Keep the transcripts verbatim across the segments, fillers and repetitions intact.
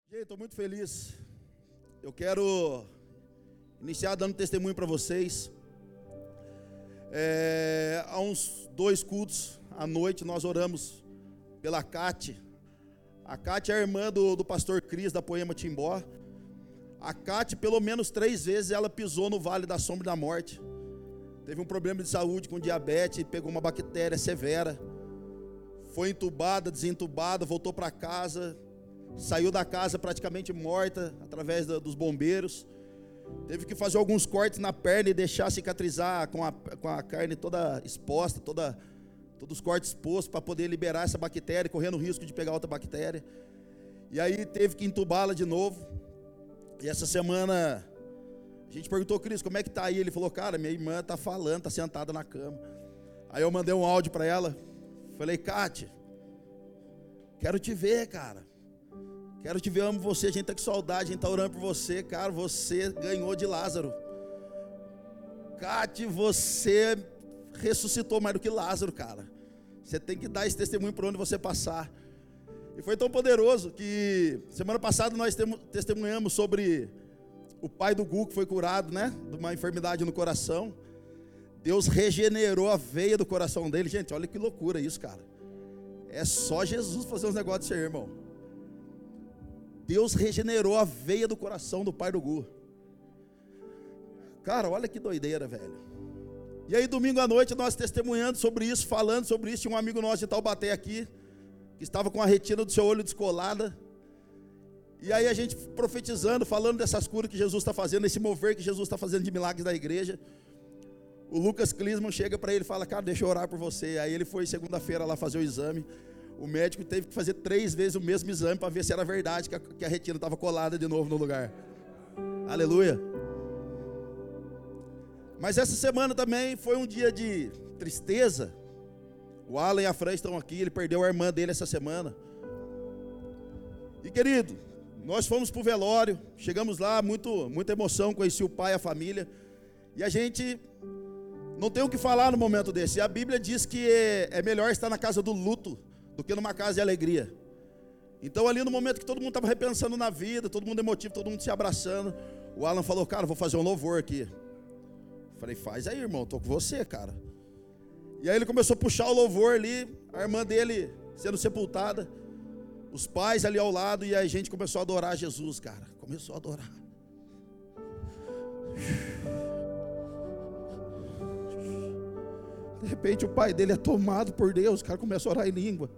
Gente, estou muito feliz. Eu quero iniciar dando testemunho para vocês. É, há uns dois cultos à noite nós oramos pela Cate. A Cate é a irmã do, do pastor Cris da Poema Timbó. A Cate, pelo menos três vezes, ela pisou no vale da sombra da morte. Teve um problema de saúde com diabetes, pegou uma bactéria severa. Foi entubada, desentubada, voltou para casa. Saiu da casa praticamente morta, através da, dos bombeiros. Teve que fazer alguns cortes na perna e deixar cicatrizar com a, com a carne toda exposta, toda, todos os cortes expostos, para poder liberar essa bactéria, correndo o risco de pegar outra bactéria. E aí teve que entubá-la de novo. E essa semana a gente perguntou, Cris, como é que tá aí? Ele falou, cara, minha irmã tá falando, tá sentada na cama. Aí eu mandei um áudio para ela. Falei, Cátia, quero te ver, cara. Quero te ver, amo você, a gente tá com saudade, a gente tá orando por você, cara, você ganhou de Lázaro. Cátia, você ressuscitou mais do que Lázaro, cara. Você tem que dar esse testemunho por onde você passar. E foi tão poderoso que semana passada nós testemunhamos sobre o pai do Gu que foi curado, né, de uma enfermidade no coração. Deus regenerou a veia do coração dele. Gente, olha que loucura isso, cara. É só Jesus fazer uns negócios desse aí, irmão. Deus regenerou a veia do coração do pai do Gu. Cara, olha que doideira, velho. E aí domingo à noite nós testemunhando sobre isso, falando sobre isso. Tinha um amigo nosso de Taubaté aqui, que estava com a retina do seu olho descolada. E aí a gente profetizando, falando dessas curas que Jesus está fazendo, esse mover que Jesus está fazendo de milagres da igreja. O Lucas Klisman chega para ele e fala, cara, deixa eu orar por você. Aí ele foi segunda-feira lá fazer o exame. O médico teve que fazer três vezes o mesmo exame para ver se era verdade que a, que a retina estava colada de novo no lugar. Aleluia. Mas essa semana também foi um dia de tristeza. O Alan e a Fran estão aqui, ele perdeu a irmã dele essa semana. E querido, nós fomos para o velório, chegamos lá, muito, muita emoção, conheci o pai e a família. E a gente não tem o que falar no momento desse. A Bíblia diz que é, é melhor estar na casa do luto do que numa casa de alegria. Então ali no momento que todo mundo estava repensando na vida, todo mundo emotivo, todo mundo se abraçando, o Alan falou, cara, vou fazer um louvor aqui. Falei, faz aí, irmão, tô com você, cara. E aí ele começou a puxar o louvor ali, a irmã dele sendo sepultada, os pais ali ao lado, e aí a gente começou a adorar Jesus, cara. Começou a adorar. De repente o pai dele é tomado por Deus, o cara começa a orar em língua.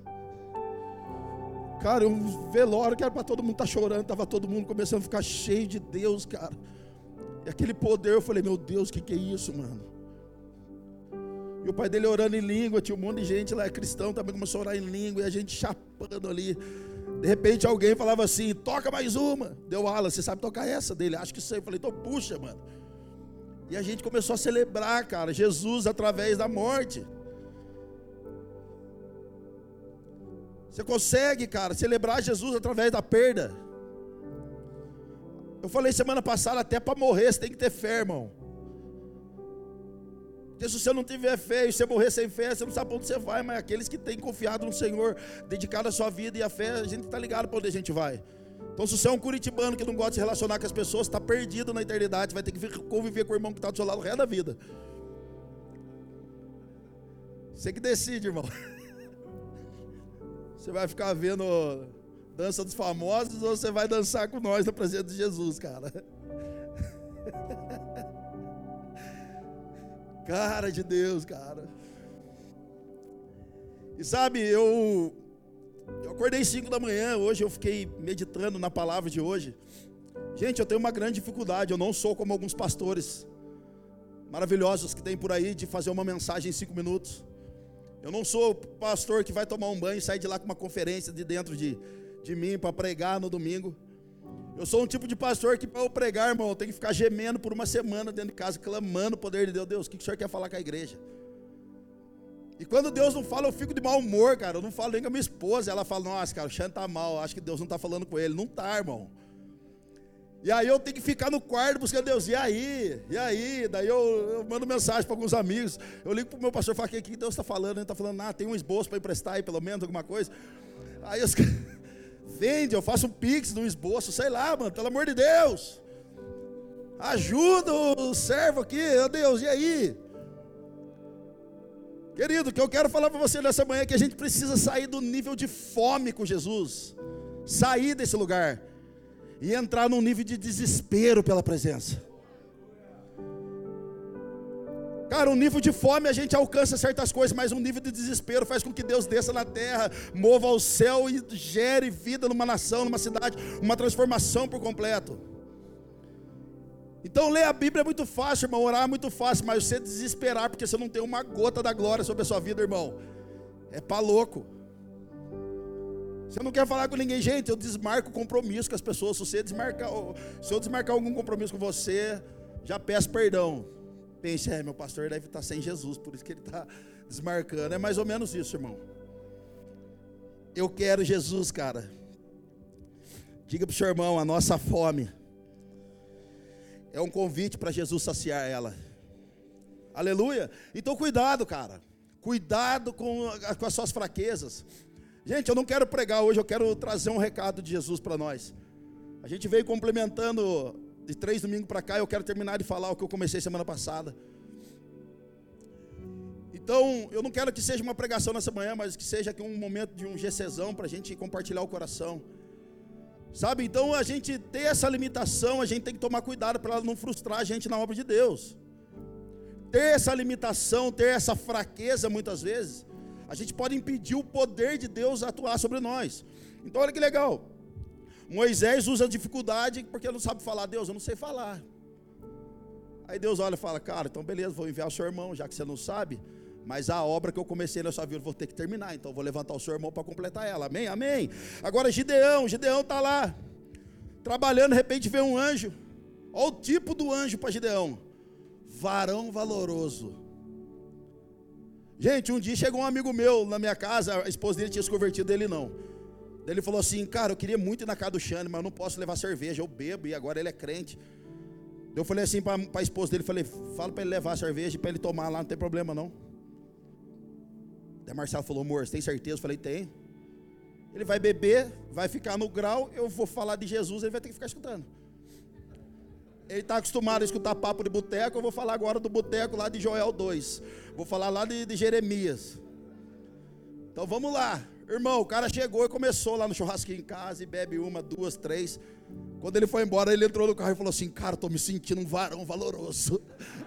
Cara, um velório que era para todo mundo estar chorando, estava todo mundo começando a ficar cheio de Deus, cara. E aquele poder, eu falei, meu Deus, o que, que é isso, mano? E o pai dele orando em língua, tinha um monte de gente lá, cristão, também começou a orar em língua, e a gente chapando ali. De repente alguém falava assim, toca mais uma. Deu Alan, você sabe tocar essa dele? Acho que sei. Eu falei, então puxa, mano. E a gente começou a celebrar, cara, Jesus através da morte. Você consegue, cara, celebrar Jesus através da perda. Eu falei semana passada, até para morrer você tem que ter fé, irmão. Porque se você não tiver fé e você morrer sem fé, você não sabe para onde você vai. Mas aqueles que têm confiado no Senhor, dedicado a sua vida e a fé, a gente está ligado para onde a gente vai. Então se você é um curitibano que não gosta de se relacionar com as pessoas, está perdido na eternidade, vai ter que conviver com o irmão que está do seu lado o resto da vida. Você que decide, irmão. Você vai ficar vendo dança dos famosos ou você vai dançar com nós na presença de Jesus, cara? Cara de Deus, cara. E sabe, eu Eu acordei cinco da manhã, hoje eu fiquei meditando na palavra de hoje. Gente, eu tenho uma grande dificuldade, eu não sou como alguns pastores maravilhosos que tem por aí de fazer uma mensagem em cinco minutos. Eu não sou o pastor que vai tomar um banho e sair de lá com uma conferência de dentro de, de mim para pregar no domingo. Eu sou um tipo de pastor que para eu pregar, irmão, eu tenho que ficar gemendo por uma semana dentro de casa, clamando o poder de Deus. Deus, o que o senhor quer falar com a igreja? E quando Deus não fala, eu fico de mau humor, cara. Eu não falo nem com a minha esposa. Ela fala, nossa, cara, o Xan tá mal, acho que Deus não está falando com ele. Não tá, irmão. E aí eu tenho que ficar no quarto buscando Deus. E aí? E aí? Daí eu, eu mando mensagem para alguns amigos. Eu ligo para o meu pastor e falo, o que Deus está falando? Ele está falando, ah, tem um esboço para emprestar aí, pelo menos, alguma coisa. Aí os Vende, eu faço um pix no esboço, sei lá, mano, pelo amor de Deus. Ajuda o servo aqui, meu Deus, e aí? Querido, o que eu quero falar para você nessa manhã é que a gente precisa sair do nível de fome com Jesus. Sair desse lugar e entrar num nível de desespero pela presença. Cara, um nível de fome a gente alcança certas coisas, mas um nível de desespero faz com que Deus desça na terra, mova ao céu e gere vida numa nação, numa cidade, uma transformação por completo. Então ler a Bíblia é muito fácil, irmão, orar é muito fácil, mas você desesperar porque você não tem uma gota da glória sobre a sua vida, irmão, é pra louco. Você não quer falar com ninguém, gente, eu desmarco compromisso com as pessoas. Se você desmarcar, se eu desmarcar algum compromisso com você, já peço perdão. Pense, é, meu pastor deve estar sem Jesus, por isso que ele está desmarcando. É mais ou menos isso, irmão. Eu quero Jesus, cara. Diga para o seu irmão, a nossa fome é um convite para Jesus saciar ela. Aleluia. Então cuidado, cara. Cuidado com, com as suas fraquezas. Gente, eu não quero pregar hoje, eu quero trazer um recado de Jesus para nós. A gente veio complementando de três domingos para cá, eu quero terminar de falar o que eu comecei semana passada. Então, eu não quero que seja uma pregação nessa manhã, mas que seja aqui um momento de um GCzão para a gente compartilhar o coração. Sabe, então a gente ter essa limitação, a gente tem que tomar cuidado para ela não frustrar a gente na obra de Deus. Ter essa limitação, ter essa fraqueza muitas vezes, a gente pode impedir o poder de Deus atuar sobre nós. Então olha que legal, Moisés usa a dificuldade porque ele não sabe falar. Deus, eu não sei falar. Aí Deus olha e fala, cara, então beleza, vou enviar o seu irmão, já que você não sabe, mas a obra que eu comecei na sua vida eu vou ter que terminar, então eu vou levantar o seu irmão para completar ela, amém, amém. Agora Gideão, Gideão está lá, trabalhando, de repente vê um anjo. Olha o tipo do anjo para Gideão, varão valoroso. Gente, um dia chegou um amigo meu na minha casa, a esposa dele tinha se convertido, ele não. Ele falou assim, cara, eu queria muito ir na casa do Xane, mas eu não posso levar cerveja, eu bebo e agora ele é crente. Eu falei assim para a esposa dele, falei, fala para ele levar a cerveja para ele tomar lá, não tem problema não. Daí Marcelo falou, amor, você tem certeza? Eu falei, tem. Ele vai beber, vai ficar no grau, eu vou falar de Jesus, ele vai ter que ficar escutando. Ele está acostumado a escutar papo de boteco, eu vou falar agora do boteco lá de Joel dois. Vou falar lá de, de Jeremias. Então vamos lá. Irmão, o cara chegou e começou lá no churrasquinho em casa e bebe uma, duas, três. Quando ele foi embora, ele entrou no carro e falou assim, cara, estou me sentindo um varão valoroso.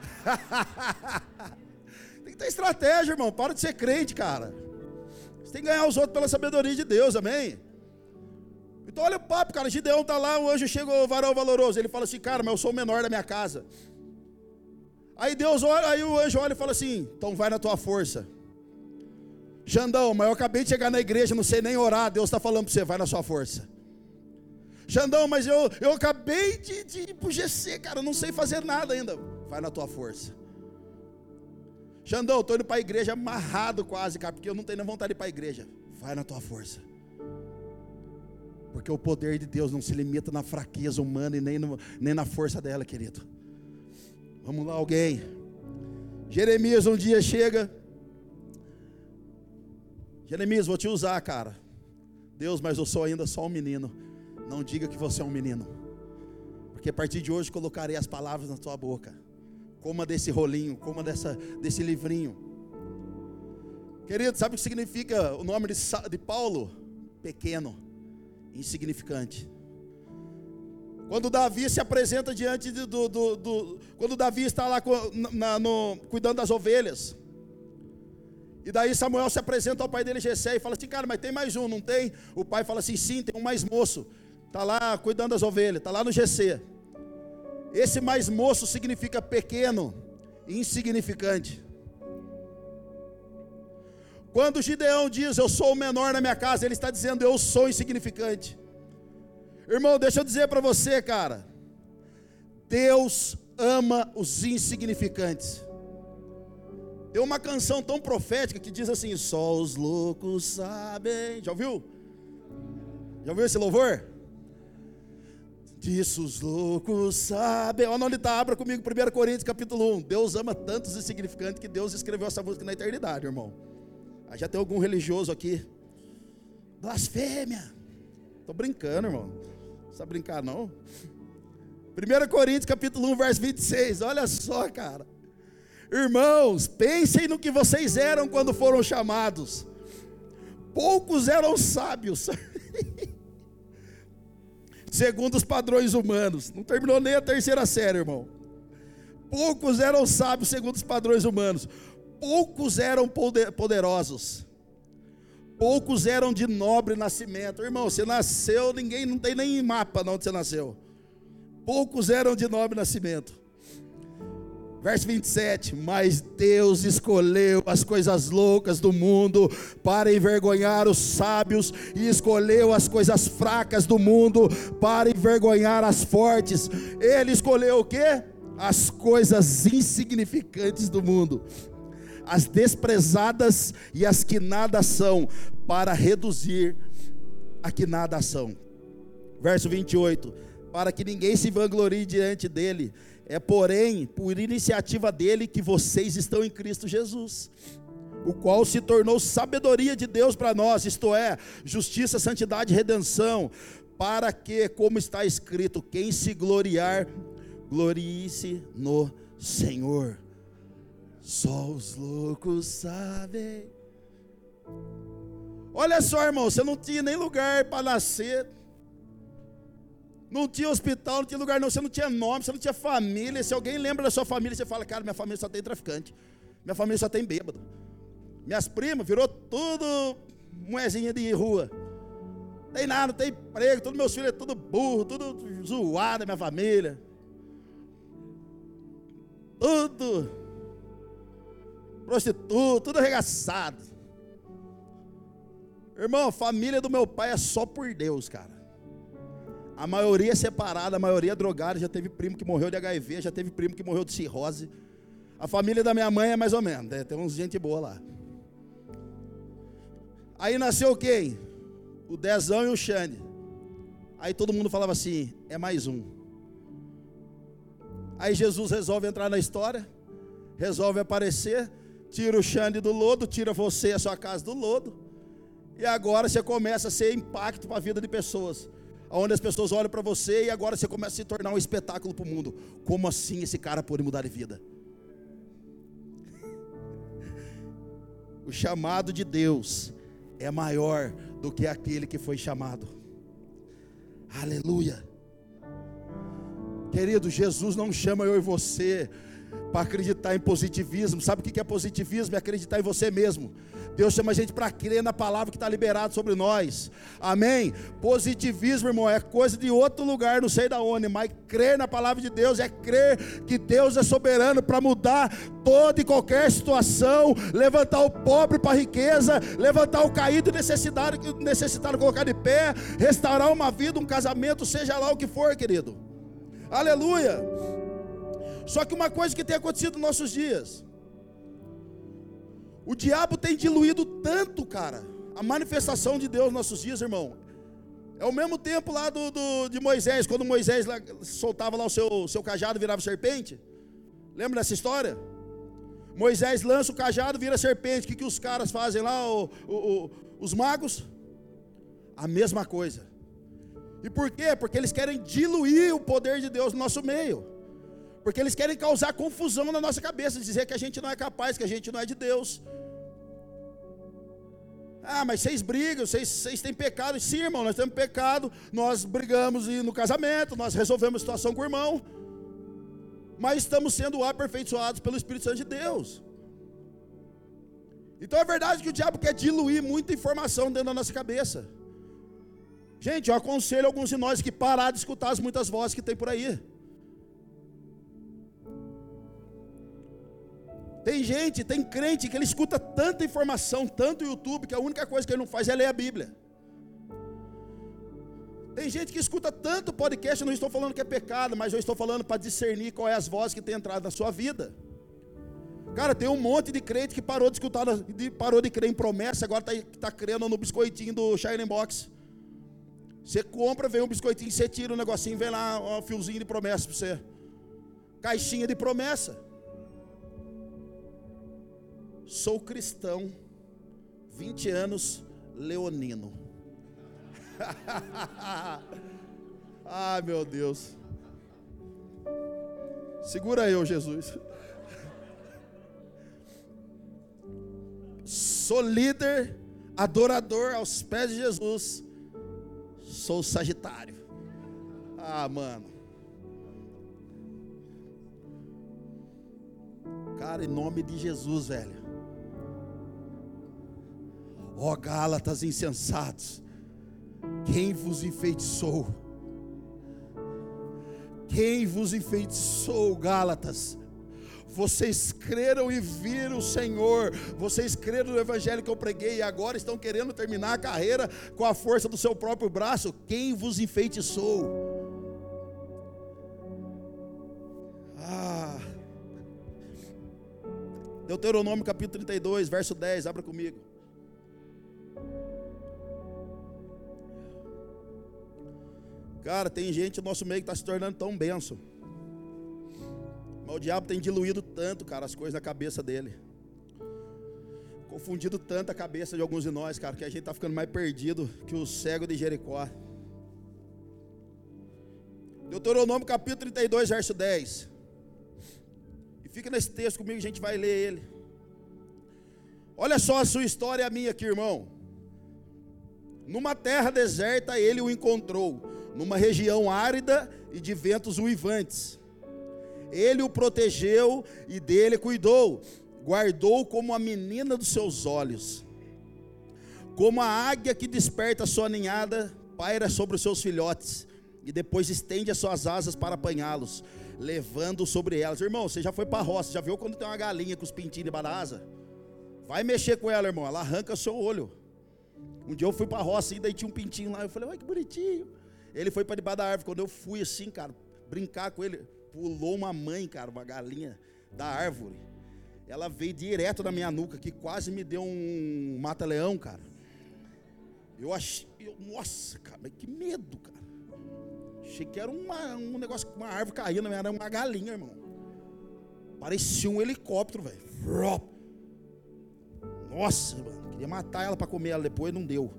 Tem que ter estratégia, irmão, para de ser crente, cara. Você tem que ganhar os outros pela sabedoria de Deus, amém? Então olha o papo, cara, Gideão está lá, o anjo chega, o varão valoroso. Ele fala assim, cara, mas eu sou o menor da minha casa. Aí Deus olha, aí o anjo olha e fala assim, então vai na tua força. Xandão, mas eu acabei de chegar na igreja, não sei nem orar, Deus está falando para você, vai na sua força. Xandão, mas eu, eu acabei de, de ir para o G C, cara, não sei fazer nada ainda, vai na tua força. Xandão, estou indo para a igreja amarrado quase, cara, porque eu não tenho nem vontade de ir para a igreja, vai na tua força. Porque o poder de Deus não se limita na fraqueza humana e nem, no, nem na força dela, querido. Vamos lá, alguém. Jeremias um dia chega. Jeremias, vou te usar, cara. Deus, mas eu sou ainda só um menino. Não diga que você é um menino. Porque a partir de hoje colocarei as palavras na tua boca. Coma desse rolinho, coma dessa, desse livrinho. Querido, sabe o que significa o nome de, de Paulo? Pequeno, insignificante. Quando Davi se apresenta diante do, do, do, do quando Davi está lá na, no, cuidando das ovelhas, e daí Samuel se apresenta ao pai dele, Jessé, e fala assim, cara, mas tem mais um, não tem? O pai fala assim, sim, tem um mais moço, está lá cuidando das ovelhas, está lá no G C. Esse mais moço significa pequeno, insignificante. Quando Gideão diz, eu sou o menor na minha casa, ele está dizendo, eu sou insignificante. Irmão, deixa eu dizer para você, cara, Deus ama os insignificantes. Tem uma canção tão profética que diz assim, só os loucos sabem. Já ouviu? Já ouviu esse louvor? Disso os loucos sabem. Olha onde está, abra comigo, primeira Coríntios capítulo um. Deus ama tantos insignificantes que Deus escreveu essa música na eternidade, irmão. Aí já tem algum religioso aqui. Blasfêmia. Tô brincando, irmão. Não precisa brincar, não. primeira Coríntios, capítulo um, verso vinte e seis. Olha só, cara. Irmãos, pensem no que vocês eram quando foram chamados. Poucos eram sábios, segundo os padrões humanos. Não terminou nem a terceira série, irmão. Poucos eram sábios segundo os padrões humanos. Poucos eram poderosos. Poucos eram de nobre nascimento. Irmão, você nasceu, ninguém, não tem nem mapa de onde você nasceu. Poucos eram de nobre nascimento. Verso vinte e sete, mas Deus escolheu as coisas loucas do mundo para envergonhar os sábios, e escolheu as coisas fracas do mundo para envergonhar as fortes. Ele escolheu o quê? As coisas insignificantes do mundo, as desprezadas e as que nada são, para reduzir a que nada são. Verso vinte e oito, para que ninguém se vanglorie diante dele. É porém por iniciativa dele que vocês estão em Cristo Jesus, o qual se tornou sabedoria de Deus para nós, isto é, justiça, santidade e redenção, para que, como está escrito, quem se gloriar, glorie-se no Senhor. Só os loucos sabem. Olha só, irmão, você não tinha nem lugar para nascer, não tinha hospital, não tinha lugar não, você não tinha nome, você não tinha família. Se alguém lembra da sua família, você fala, cara, minha família só tem traficante, minha família só tem bêbado, minhas primas virou tudo moezinha de rua, tem nada, não tem emprego, todos meus filhos é tudo burro, tudo zoado, minha família, tudo prostituto, tudo arregaçado. Irmão, a família do meu pai é só por Deus, cara. A maioria é separada, a maioria é drogada. Já teve primo que morreu de H I V, já teve primo que morreu de cirrose. A família da minha mãe é mais ou menos, né? Tem uns gente boa lá. Aí nasceu quem? O Dezão e o Xande. Aí todo mundo falava assim, é mais um. Aí Jesus resolve entrar na história, resolve aparecer, tira o Xande do lodo, tira você e a sua casa do lodo, e agora você começa a ser impacto para a vida de pessoas, onde as pessoas olham para você e agora você começa a se tornar um espetáculo para o mundo. Como assim esse cara pode mudar de vida? O chamado de Deus é maior do que aquele que foi chamado. Aleluia. Querido, Jesus não chama eu e você para acreditar em positivismo. Sabe o que é positivismo? É acreditar em você mesmo. Deus chama a gente para crer na palavra que está liberada sobre nós. Amém? Positivismo, irmão, é coisa de outro lugar, não sei da onde, mas crer na palavra de Deus é crer que Deus é soberano para mudar toda e qualquer situação, levantar o pobre para a riqueza, levantar o caído e necessitado, necessitado colocar de pé, restaurar uma vida, um casamento, seja lá o que for, querido. Aleluia. Só que uma coisa que tem acontecido nos nossos dias, o diabo tem diluído tanto, cara, a manifestação de Deus nos nossos dias, irmão. É o mesmo tempo lá do, do, de Moisés, quando Moisés lá, soltava lá o seu, seu cajado e virava serpente. Lembra dessa história? Moisés lança o cajado, vira serpente. O que, que os caras fazem lá, o, o, o, os magos? A mesma coisa. E por quê? Porque eles querem diluir o poder de Deus no nosso meio. Porque eles querem causar confusão na nossa cabeça, dizer que a gente não é capaz, que a gente não é de Deus. Ah, mas vocês brigam, vocês, vocês têm pecado. Sim, irmão, nós temos pecado, nós brigamos no casamento, nós resolvemos a situação com o irmão, mas estamos sendo aperfeiçoados pelo Espírito Santo de Deus. Então é verdade que o diabo quer diluir muita informação dentro da nossa cabeça. Gente, eu aconselho alguns de nós que parar de escutar as muitas vozes que tem por aí. Tem gente, tem crente que ele escuta tanta informação, tanto YouTube, que a única coisa que ele não faz é ler a Bíblia. Tem gente que escuta tanto podcast, eu não estou falando que é pecado, mas eu estou falando para discernir qual é as vozes que tem entrado na sua vida. Cara, tem um monte de crente que parou de escutar, de, parou de crer em promessa, agora está tá crendo no biscoitinho do Shining Box. Você compra, vem um biscoitinho, você tira um negocinho, vem lá um fiozinho de promessa para você. Caixinha de promessa. Sou cristão, vinte anos, leonino. Ai, meu Deus. Segura eu, Jesus. Sou líder, adorador aos pés de Jesus. Sou Sagitário. Ah, mano. Cara, em nome de Jesus, velho. Ó Gálatas insensatos, quem vos enfeitiçou? Quem vos enfeitiçou, Gálatas? Vocês creram e viram o Senhor, vocês creram no evangelho que eu preguei, e agora estão querendo terminar a carreira com a força do seu próprio braço. Quem vos enfeitiçou? Ah, Deuteronômio capítulo trinta e dois, verso dez, abra comigo. Cara, tem gente no nosso meio que está se tornando tão bênção. Mas o diabo tem diluído tanto, cara, as coisas na cabeça dele. Confundido tanto a cabeça de alguns de nós, cara, que a gente está ficando mais perdido que o cego de Jericó. Deuteronômio capítulo trinta e dois, verso dez. E fica nesse texto comigo, a gente vai ler ele. Olha só a sua história e a minha aqui, irmão. Numa terra deserta ele o encontrou, numa região árida e de ventos uivantes. Ele o protegeu e dele cuidou, guardou como a menina dos seus olhos. Como a águia que desperta a sua ninhada, paira sobre os seus filhotes, e depois estende as suas asas para apanhá-los, levando sobre elas. Irmão, você já foi para a roça, já viu quando tem uma galinha com os pintinhos debaixo da asa? Vai mexer com ela, irmão, ela arranca o seu olho. Um dia eu fui para a roça e daí tinha um pintinho lá, eu falei, olha que bonitinho. Ele foi para debaixo da árvore. Quando eu fui assim, cara, brincar com ele, pulou uma mãe, cara, uma galinha da árvore. Ela veio direto na minha nuca, que quase me deu um mata-leão, cara. Eu achei, eu, nossa, cara, mas que medo, cara. Achei que era uma, um negócio, uma árvore caindo, era uma galinha, irmão. Parecia um helicóptero, velho. Nossa, mano, queria matar ela para comer ela depois, não deu.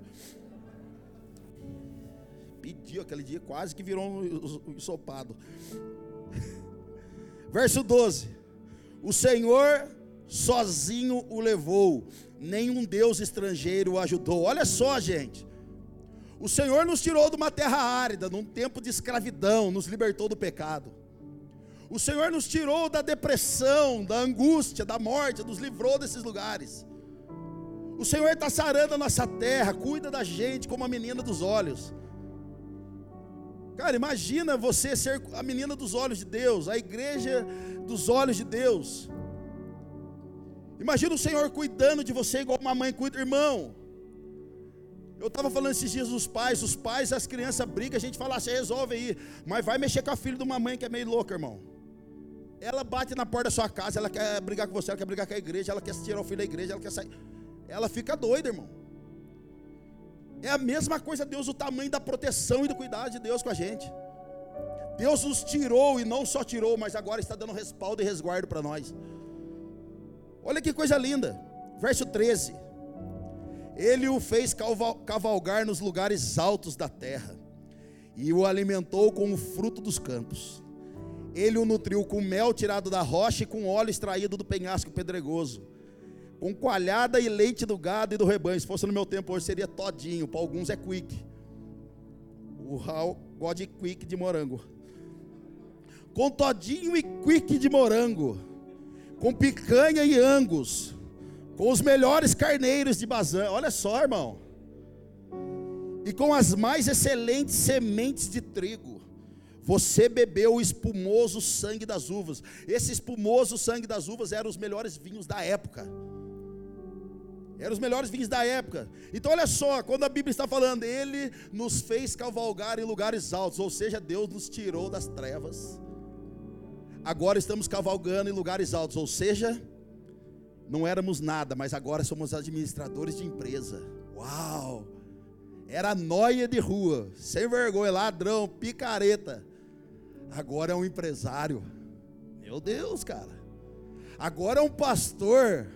Pediu aquele dia, quase que virou um ensopado. Verso doze. O Senhor sozinho o levou, nenhum Deus estrangeiro o ajudou. Olha só, gente. O Senhor nos tirou de uma terra árida, num tempo de escravidão, nos libertou do pecado. O Senhor nos tirou da depressão, da angústia, da morte, nos livrou desses lugares. O Senhor está sarando a nossa terra, cuida da gente como a menina dos olhos. Cara, imagina você ser a menina dos olhos de Deus, a igreja dos olhos de Deus. Imagina o Senhor cuidando de você igual uma mãe cuida, irmão. Eu estava falando esses dias dos pais, os pais, as crianças brigam, a gente fala, você resolve aí, mas vai mexer com a filha de uma mãe que é meio louca, irmão. Ela bate na porta da sua casa, ela quer brigar com você, ela quer brigar com a igreja, ela quer tirar o filho da igreja, ela quer sair. Ela fica doida, irmão. É a mesma coisa, Deus, o tamanho da proteção e do cuidado de Deus com a gente. Deus nos tirou, e não só tirou, mas agora está dando respaldo e resguardo para nós. Olha que coisa linda. Verso treze. Ele o fez cavalgar nos lugares altos da terra, e o alimentou com o fruto dos campos. Ele o nutriu com mel tirado da rocha e com óleo extraído do penhasco pedregoso, com coalhada e leite do gado e do rebanho. Se fosse no meu tempo hoje seria todinho, para alguns é quick. O Raul gosta de quick de morango. Com todinho e quick de morango, com picanha e angus, com os melhores carneiros de Bazã. Olha só, irmão. E com as mais excelentes sementes de trigo. Você bebeu o espumoso sangue das uvas. Esse espumoso sangue das uvas eram os melhores vinhos da época. Eram os melhores vinhos da época. Então olha só, quando a Bíblia está falando, Ele nos fez cavalgar em lugares altos, ou seja, Deus nos tirou das trevas. Agora estamos cavalgando em lugares altos, ou seja, não éramos nada, mas agora somos administradores de empresa. Uau! Era nóia de rua, sem vergonha, ladrão, picareta. Agora é um empresário. Meu Deus, cara. Agora é um pastor.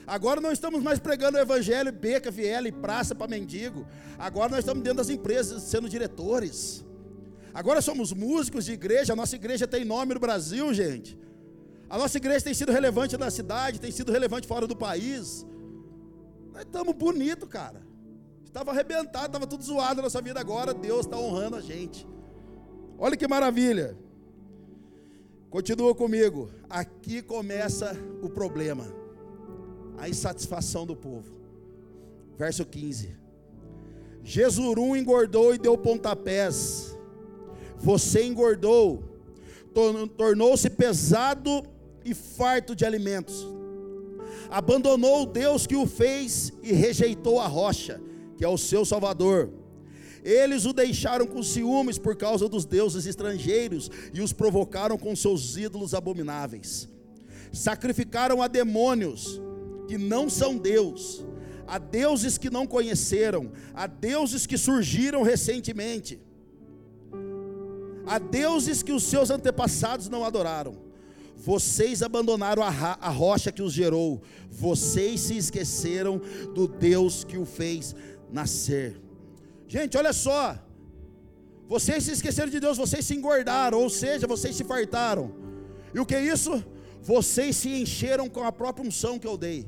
Agora não estamos mais pregando o evangelho, beca, viela e praça para mendigo. Agora nós estamos dentro das empresas sendo diretores. Agora somos músicos de igreja. A nossa igreja tem nome no Brasil, gente. A nossa igreja tem sido relevante na cidade, tem sido relevante fora do país. Nós estamos bonitos, cara. Estava arrebentado, estava tudo zoado na nossa vida. Agora Deus está honrando a gente. Olha que maravilha. Continua comigo. Aqui começa o problema. A insatisfação do povo. Verso quinze. Jesurum engordou e deu pontapés. Você engordou, tornou-se pesado e farto de alimentos. Abandonou o Deus que o fez e rejeitou a rocha, que é o seu Salvador. Eles o deixaram com ciúmes por causa dos deuses estrangeiros e os provocaram com seus ídolos abomináveis. Sacrificaram a demônios que não são Deus, a deuses que não conheceram, a deuses que surgiram recentemente, a deuses que os seus antepassados não adoraram. Vocês abandonaram a, a rocha que os gerou, vocês se esqueceram do Deus que o fez nascer. Gente, olha só, vocês se esqueceram de Deus, vocês se engordaram, ou seja, vocês se fartaram. E o que é isso? Vocês se encheram com a própria unção que eu dei.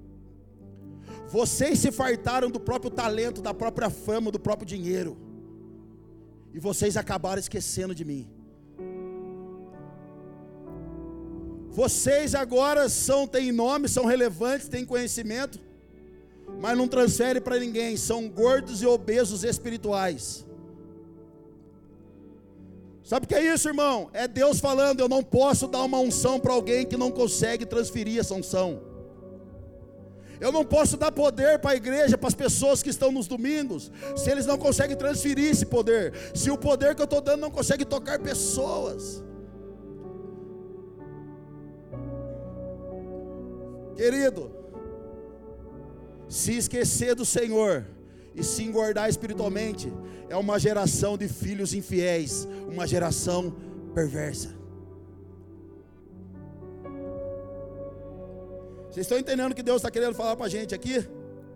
Vocês se fartaram do próprio talento, da própria fama, do próprio dinheiro. E vocês acabaram esquecendo de mim. Vocês agora são, têm nome, são relevantes, têm conhecimento, mas não transferem para ninguém. São gordos e obesos espirituais. Sabe o que é isso, irmão? É Deus falando: eu não posso dar uma unção para alguém que não consegue transferir essa unção. Eu não posso dar poder para a igreja, para as pessoas que estão nos domingos, se eles não conseguem transferir esse poder. Se o poder que eu estou dando não consegue tocar pessoas. Querido, se esquecer do Senhor e se engordar espiritualmente, é uma geração de filhos infiéis, uma geração perversa. Vocês estão entendendo o que Deus está querendo falar para a gente aqui?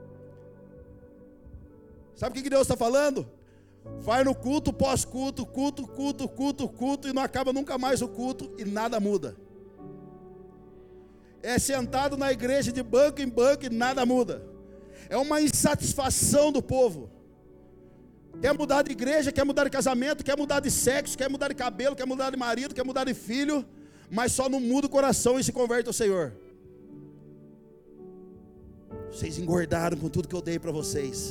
Sabe o que Deus está falando? Vai no culto, pós-culto, culto, culto, culto, culto, e não acaba nunca mais o culto e nada muda. É sentado na igreja de banco em banco e nada muda. É uma insatisfação do povo. Quer mudar de igreja, quer mudar de casamento, quer mudar de sexo, quer mudar de cabelo, quer mudar de marido, quer mudar de filho, mas só não muda o coração e se converte ao Senhor. Vocês engordaram com tudo que eu dei para vocês.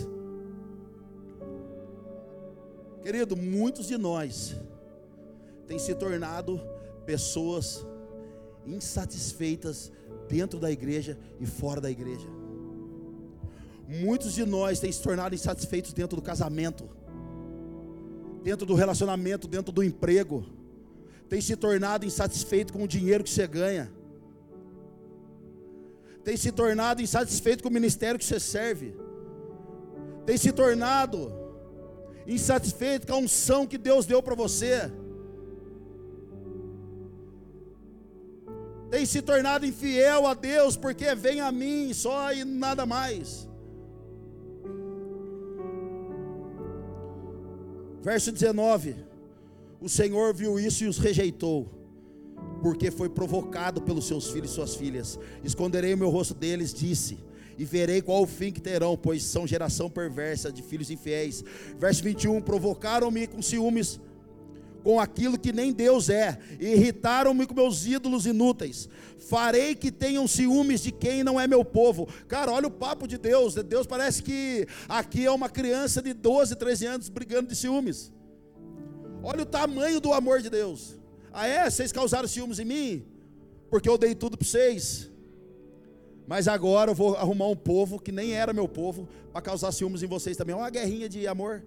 Querido, muitos de nós têm se tornado pessoas insatisfeitas dentro da igreja e fora da igreja. Muitos de nós têm se tornado insatisfeitos dentro do casamento, dentro do relacionamento, dentro do emprego. Tem se tornado insatisfeito com o dinheiro que você ganha. Tem se tornado insatisfeito com o ministério que você serve. Tem se tornado insatisfeito com a unção que Deus deu para você. Tem se tornado infiel a Deus, porque vem a mim só e nada mais. Verso dezenove. O Senhor viu isso e os rejeitou, porque foi provocado pelos seus filhos e suas filhas. Esconderei o meu rosto deles, disse, e verei qual o fim que terão, pois são geração perversa de filhos infiéis. Verso vinte e um. Provocaram-me com ciúmes, com aquilo que nem Deus é, e irritaram-me com meus ídolos inúteis. Farei que tenham ciúmes de quem não é meu povo. Cara, olha o papo de Deus. Deus parece que aqui é uma criança de doze, treze anos brigando de ciúmes. Olha o tamanho do amor de Deus. Ah é? Vocês causaram ciúmes em mim? Porque eu dei tudo para vocês. Mas agora eu vou arrumar um povo que nem era meu povo para causar ciúmes em vocês também. É uma guerrinha de amor.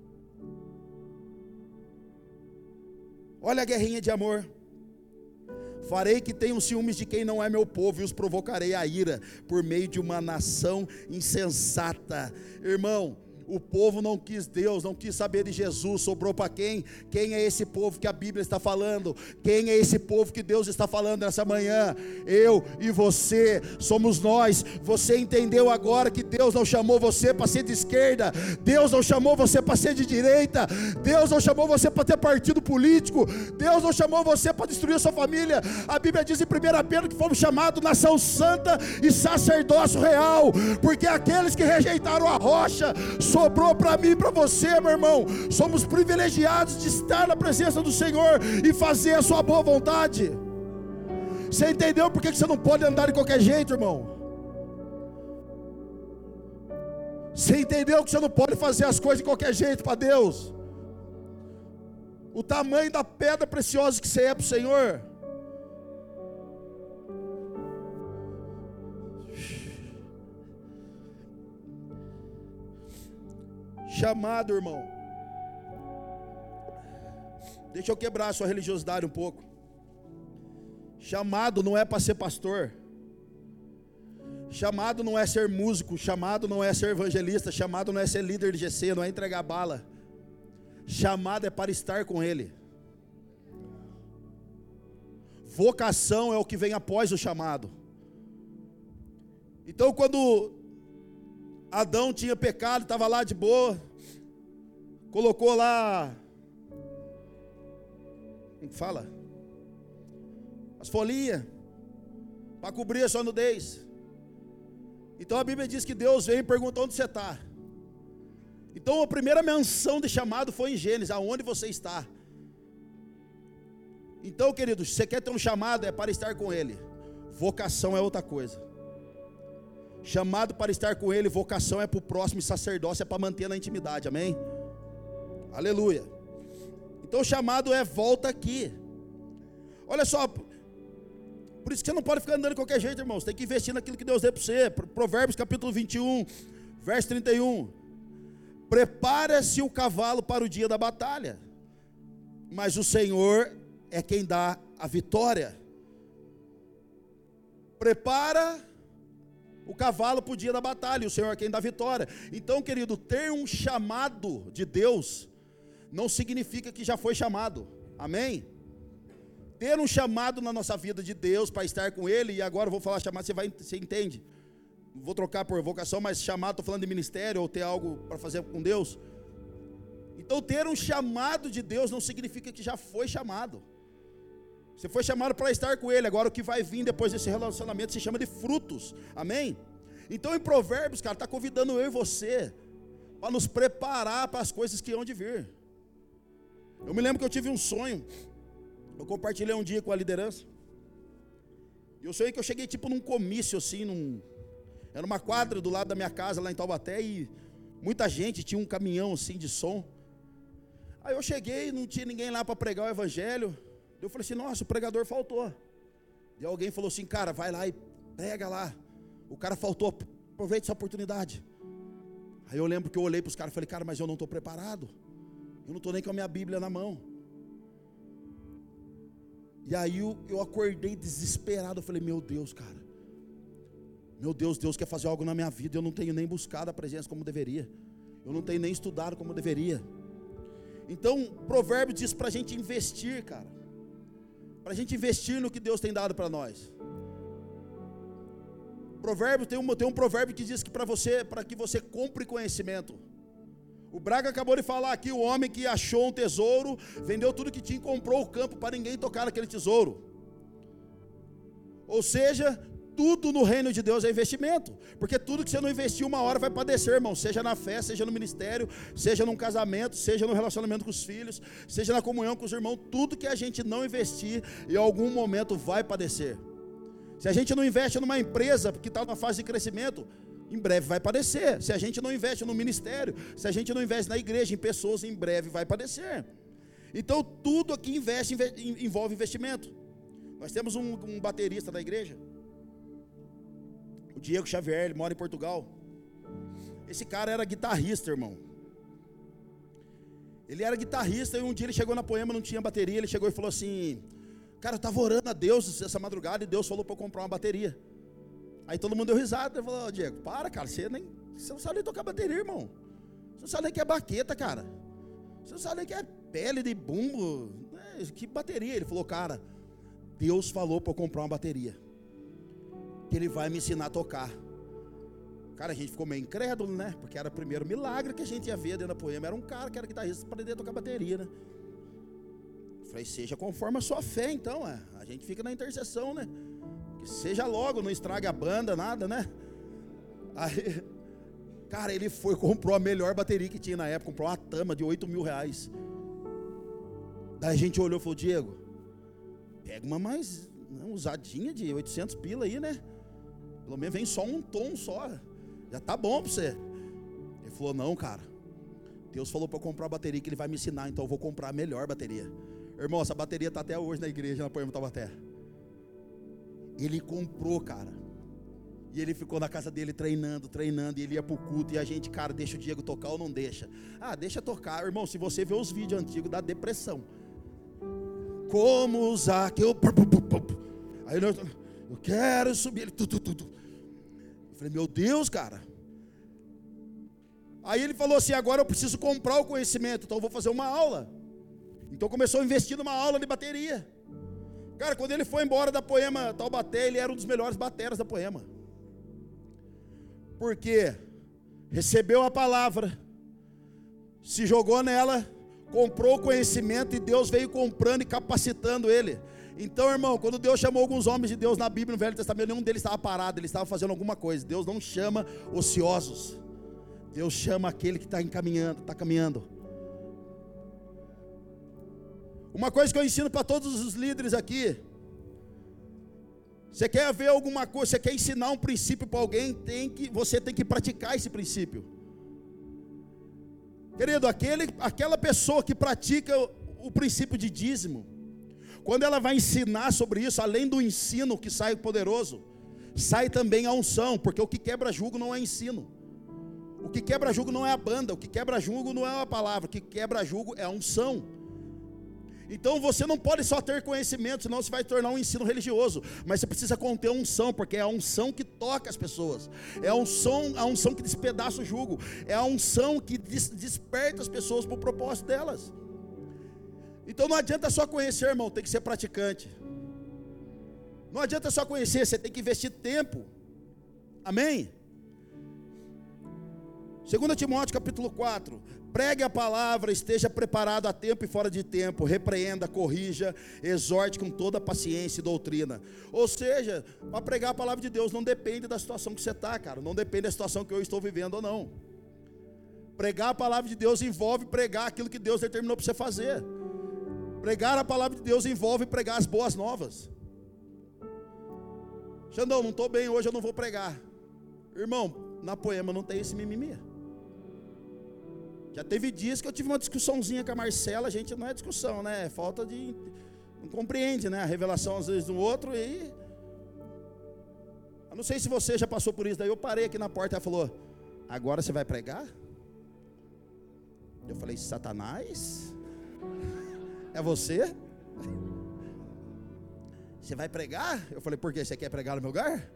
Olha a guerrinha de amor. Farei que tenham ciúmes de quem não é meu povo, e os provocarei a ira por meio de uma nação insensata. Irmão, O povo não quis Deus, não quis saber de Jesus. Sobrou para quem? Quem é esse povo que a Bíblia está falando? Quem é esse povo que Deus está falando nessa manhã? Eu e você, somos nós. Você entendeu agora que Deus não chamou você para ser de esquerda, Deus não chamou você para ser de direita, Deus não chamou você para ter partido político, Deus não chamou você para destruir a sua família. A Bíblia diz em primeira Pedro que fomos chamados nação santa e sacerdócio real, porque aqueles que rejeitaram a rocha, sobrou para mim e para você, meu irmão. Somos privilegiados de estar na presença do Senhor e fazer a sua boa vontade. Você entendeu por que você não pode andar de qualquer jeito, irmão? Você entendeu que você não pode fazer as coisas de qualquer jeito para Deus? O tamanho da pedra preciosa que você é para o Senhor. Chamado, irmão. Deixa eu quebrar a sua religiosidade um pouco. Chamado não é para ser pastor. Chamado não é ser músico. Chamado não é ser evangelista. Chamado não é ser líder de G C. Não é entregar bala. Chamado é para estar com Ele. Vocação é o que vem após o chamado. Então, quando Adão tinha pecado, estava lá de boa, colocou lá, como fala? As folhinhas, para cobrir a sua nudez. Então a Bíblia diz que Deus veio e perguntou onde você está. Então a primeira menção de chamado foi em Gênesis, aonde você está. Então, queridos, se você quer ter um chamado, é para estar com Ele. Vocação é outra coisa. Chamado para estar com Ele, vocação é para o próximo, e sacerdócio é para manter na intimidade, amém? Aleluia. Então o chamado é volta aqui. Olha só, por isso que você não pode ficar andando de qualquer jeito, irmão. Você tem que investir naquilo que Deus deu para você. Provérbios capítulo vinte e um, verso trinta e um. Prepara-se o cavalo para o dia da batalha, mas o Senhor é quem dá a vitória. Prepara o cavalo para o dia da batalha, e o Senhor é quem dá a vitória. Então, querido, ter um chamado de Deus não significa que já foi chamado, amém? Ter um chamado na nossa vida de Deus para estar com Ele, e agora eu vou falar chamado, você, vai, você entende? Vou trocar por vocação, mas chamado, estou falando de ministério, ou ter algo para fazer com Deus. Então ter um chamado de Deus não significa que já foi chamado. Você foi chamado para estar com Ele. Agora o que vai vir depois desse relacionamento se chama de frutos, amém? Então em Provérbios, cara, está convidando eu e você para nos preparar para as coisas que hão de vir. Eu me lembro que eu tive um sonho, eu compartilhei um dia com a liderança, e eu sonhei que eu cheguei tipo num comício assim, num, era uma quadra do lado da minha casa lá em Taubaté, e muita gente, tinha um caminhão assim de som. Aí eu cheguei, não tinha ninguém lá para pregar o evangelho. Eu falei assim, nossa, o pregador faltou. E alguém falou assim, cara, vai lá e prega lá. O cara faltou, aproveite essa oportunidade. Aí eu lembro que eu olhei para os caras e falei, cara, mas eu não estou preparado. Eu não estou nem com a minha Bíblia na mão. E aí eu, eu acordei desesperado. Eu falei, meu Deus, cara. Meu Deus, Deus quer fazer algo na minha vida. Eu não tenho nem buscado a presença como deveria. Eu não tenho nem estudado como deveria. Então, Provérbio diz para a gente investir, cara. Para a gente investir no que Deus tem dado para nós. Provérbio, tem um, tem um provérbio que diz que para você, para que você compre conhecimento. O Braga acabou de falar aqui, o homem que achou um tesouro, vendeu tudo que tinha e comprou o campo para ninguém tocar naquele tesouro. Ou seja, tudo no reino de Deus é investimento, porque tudo que você não investiu uma hora vai padecer, irmão, seja na fé, seja no ministério, seja num casamento, seja no relacionamento com os filhos, seja na comunhão com os irmãos. Tudo que a gente não investir, em algum momento vai padecer. Se a gente não investe numa empresa que está numa fase de crescimento, em breve vai padecer. Se a gente não investe no ministério, se a gente não investe na igreja, em pessoas, em breve vai padecer. Então tudo aqui investe, envolve investimento. Nós temos um, um baterista da igreja, o Diego Xavier, ele mora em Portugal. Esse cara era guitarrista, irmão. Ele era guitarrista e um dia ele chegou na Poema, não tinha bateria. Ele chegou e falou assim, cara, eu estava orando a Deus essa madrugada e Deus falou para eu comprar uma bateria. Aí todo mundo deu risada. Ele falou, oh, Diego, para, cara, você, nem, você não sabe nem tocar bateria, irmão. Você não sabe nem que é baqueta, cara. Você não sabe nem que é pele de bumbo. Que bateria? Ele falou, cara, Deus falou para eu comprar uma bateria, que Ele vai me ensinar a tocar. Cara, a gente ficou meio incrédulo, né? Porque era o primeiro milagre que a gente ia ver dentro da Poema. Era um cara que era guitarrista para aprender a tocar bateria, né? Eu falei, seja conforme a sua fé, então. É. A gente fica na intercessão, né? Que seja logo, não estrague a banda, nada, né? Aí, cara, ele foi, comprou a melhor bateria que tinha na época. Comprou uma Tama de oito mil reais. Daí a gente olhou e falou, Diego, pega uma mais uma usadinha de oitocentos pila aí, né? Pelo menos vem só um tom só. Já tá bom pra você. Ele falou, não, cara, Deus falou para eu comprar a bateria que Ele vai me ensinar, então eu vou comprar a melhor bateria. Irmão, essa bateria tá até hoje na igreja, na Poema Taubaté. Ele comprou, cara. E ele ficou na casa dele treinando, treinando, e ele ia pro culto, e a gente, cara, deixa o Diego tocar ou não deixa? Ah, deixa tocar. Irmão, se você vê os vídeos antigos, dá depressão. Como usar que eu... Aí eu, eu quero subir ele, tudo, tudo. Eu falei, meu Deus, cara. Aí ele falou assim, agora eu preciso comprar o conhecimento, então eu vou fazer uma aula. Então começou a investir numa aula de bateria. Cara, quando ele foi embora da Poema Taubaté, ele era um dos melhores bateras da Poema. Porque recebeu a palavra, se jogou nela, comprou o conhecimento, e Deus veio comprando e capacitando ele. Então, irmão, quando Deus chamou alguns homens de Deus na Bíblia, no Velho Testamento, nenhum deles estava parado, eles estavam fazendo alguma coisa. Deus não chama ociosos, Deus chama aquele que está encaminhando, está caminhando. Uma coisa que eu ensino para todos os líderes aqui: você quer ver alguma coisa, você quer ensinar um princípio para alguém, tem que, você tem que praticar esse princípio. Querido, aquele, aquela pessoa que pratica o, o princípio de dízimo, quando ela vai ensinar sobre isso, além do ensino que sai poderoso, sai também a unção, porque o que quebra jugo não é ensino. O que quebra jugo não é a banda, o que quebra jugo não é a palavra, o que quebra jugo é a unção. Então você não pode só ter conhecimento, senão você vai tornar um ensino religioso. Mas você precisa conter a unção, porque é a unção que toca as pessoas. É a unção, a unção que despedaça o jugo. É a unção que des, desperta as pessoas para o propósito delas. Então não adianta só conhecer, irmão, tem que ser praticante. Não adianta só conhecer, você tem que investir tempo. Amém? Segundo Timóteo capítulo quatro, pregue a palavra, esteja preparado a tempo e fora de tempo, repreenda, corrija, exorte com toda paciência e doutrina. Ou seja, para pregar a palavra de Deus não depende da situação que você está, cara, não depende da situação que eu estou vivendo ou não. Pregar a palavra de Deus envolve pregar aquilo que Deus determinou para você fazer. Pregar a palavra de Deus envolve pregar as boas novas. Xandão, não estou bem hoje, eu não vou pregar. Irmão, na Poema não tem esse mimimi. Já teve dias que eu tive uma discussãozinha com a Marcela, a gente não é discussão, né? É falta de... não compreende, né? A revelação às vezes do outro e... eu não sei se você já passou por isso, daí eu parei aqui na porta e ela falou, agora você vai pregar? Eu falei, Satanás? É você? Você vai pregar? Eu falei, por quê? Você quer pregar no meu lugar?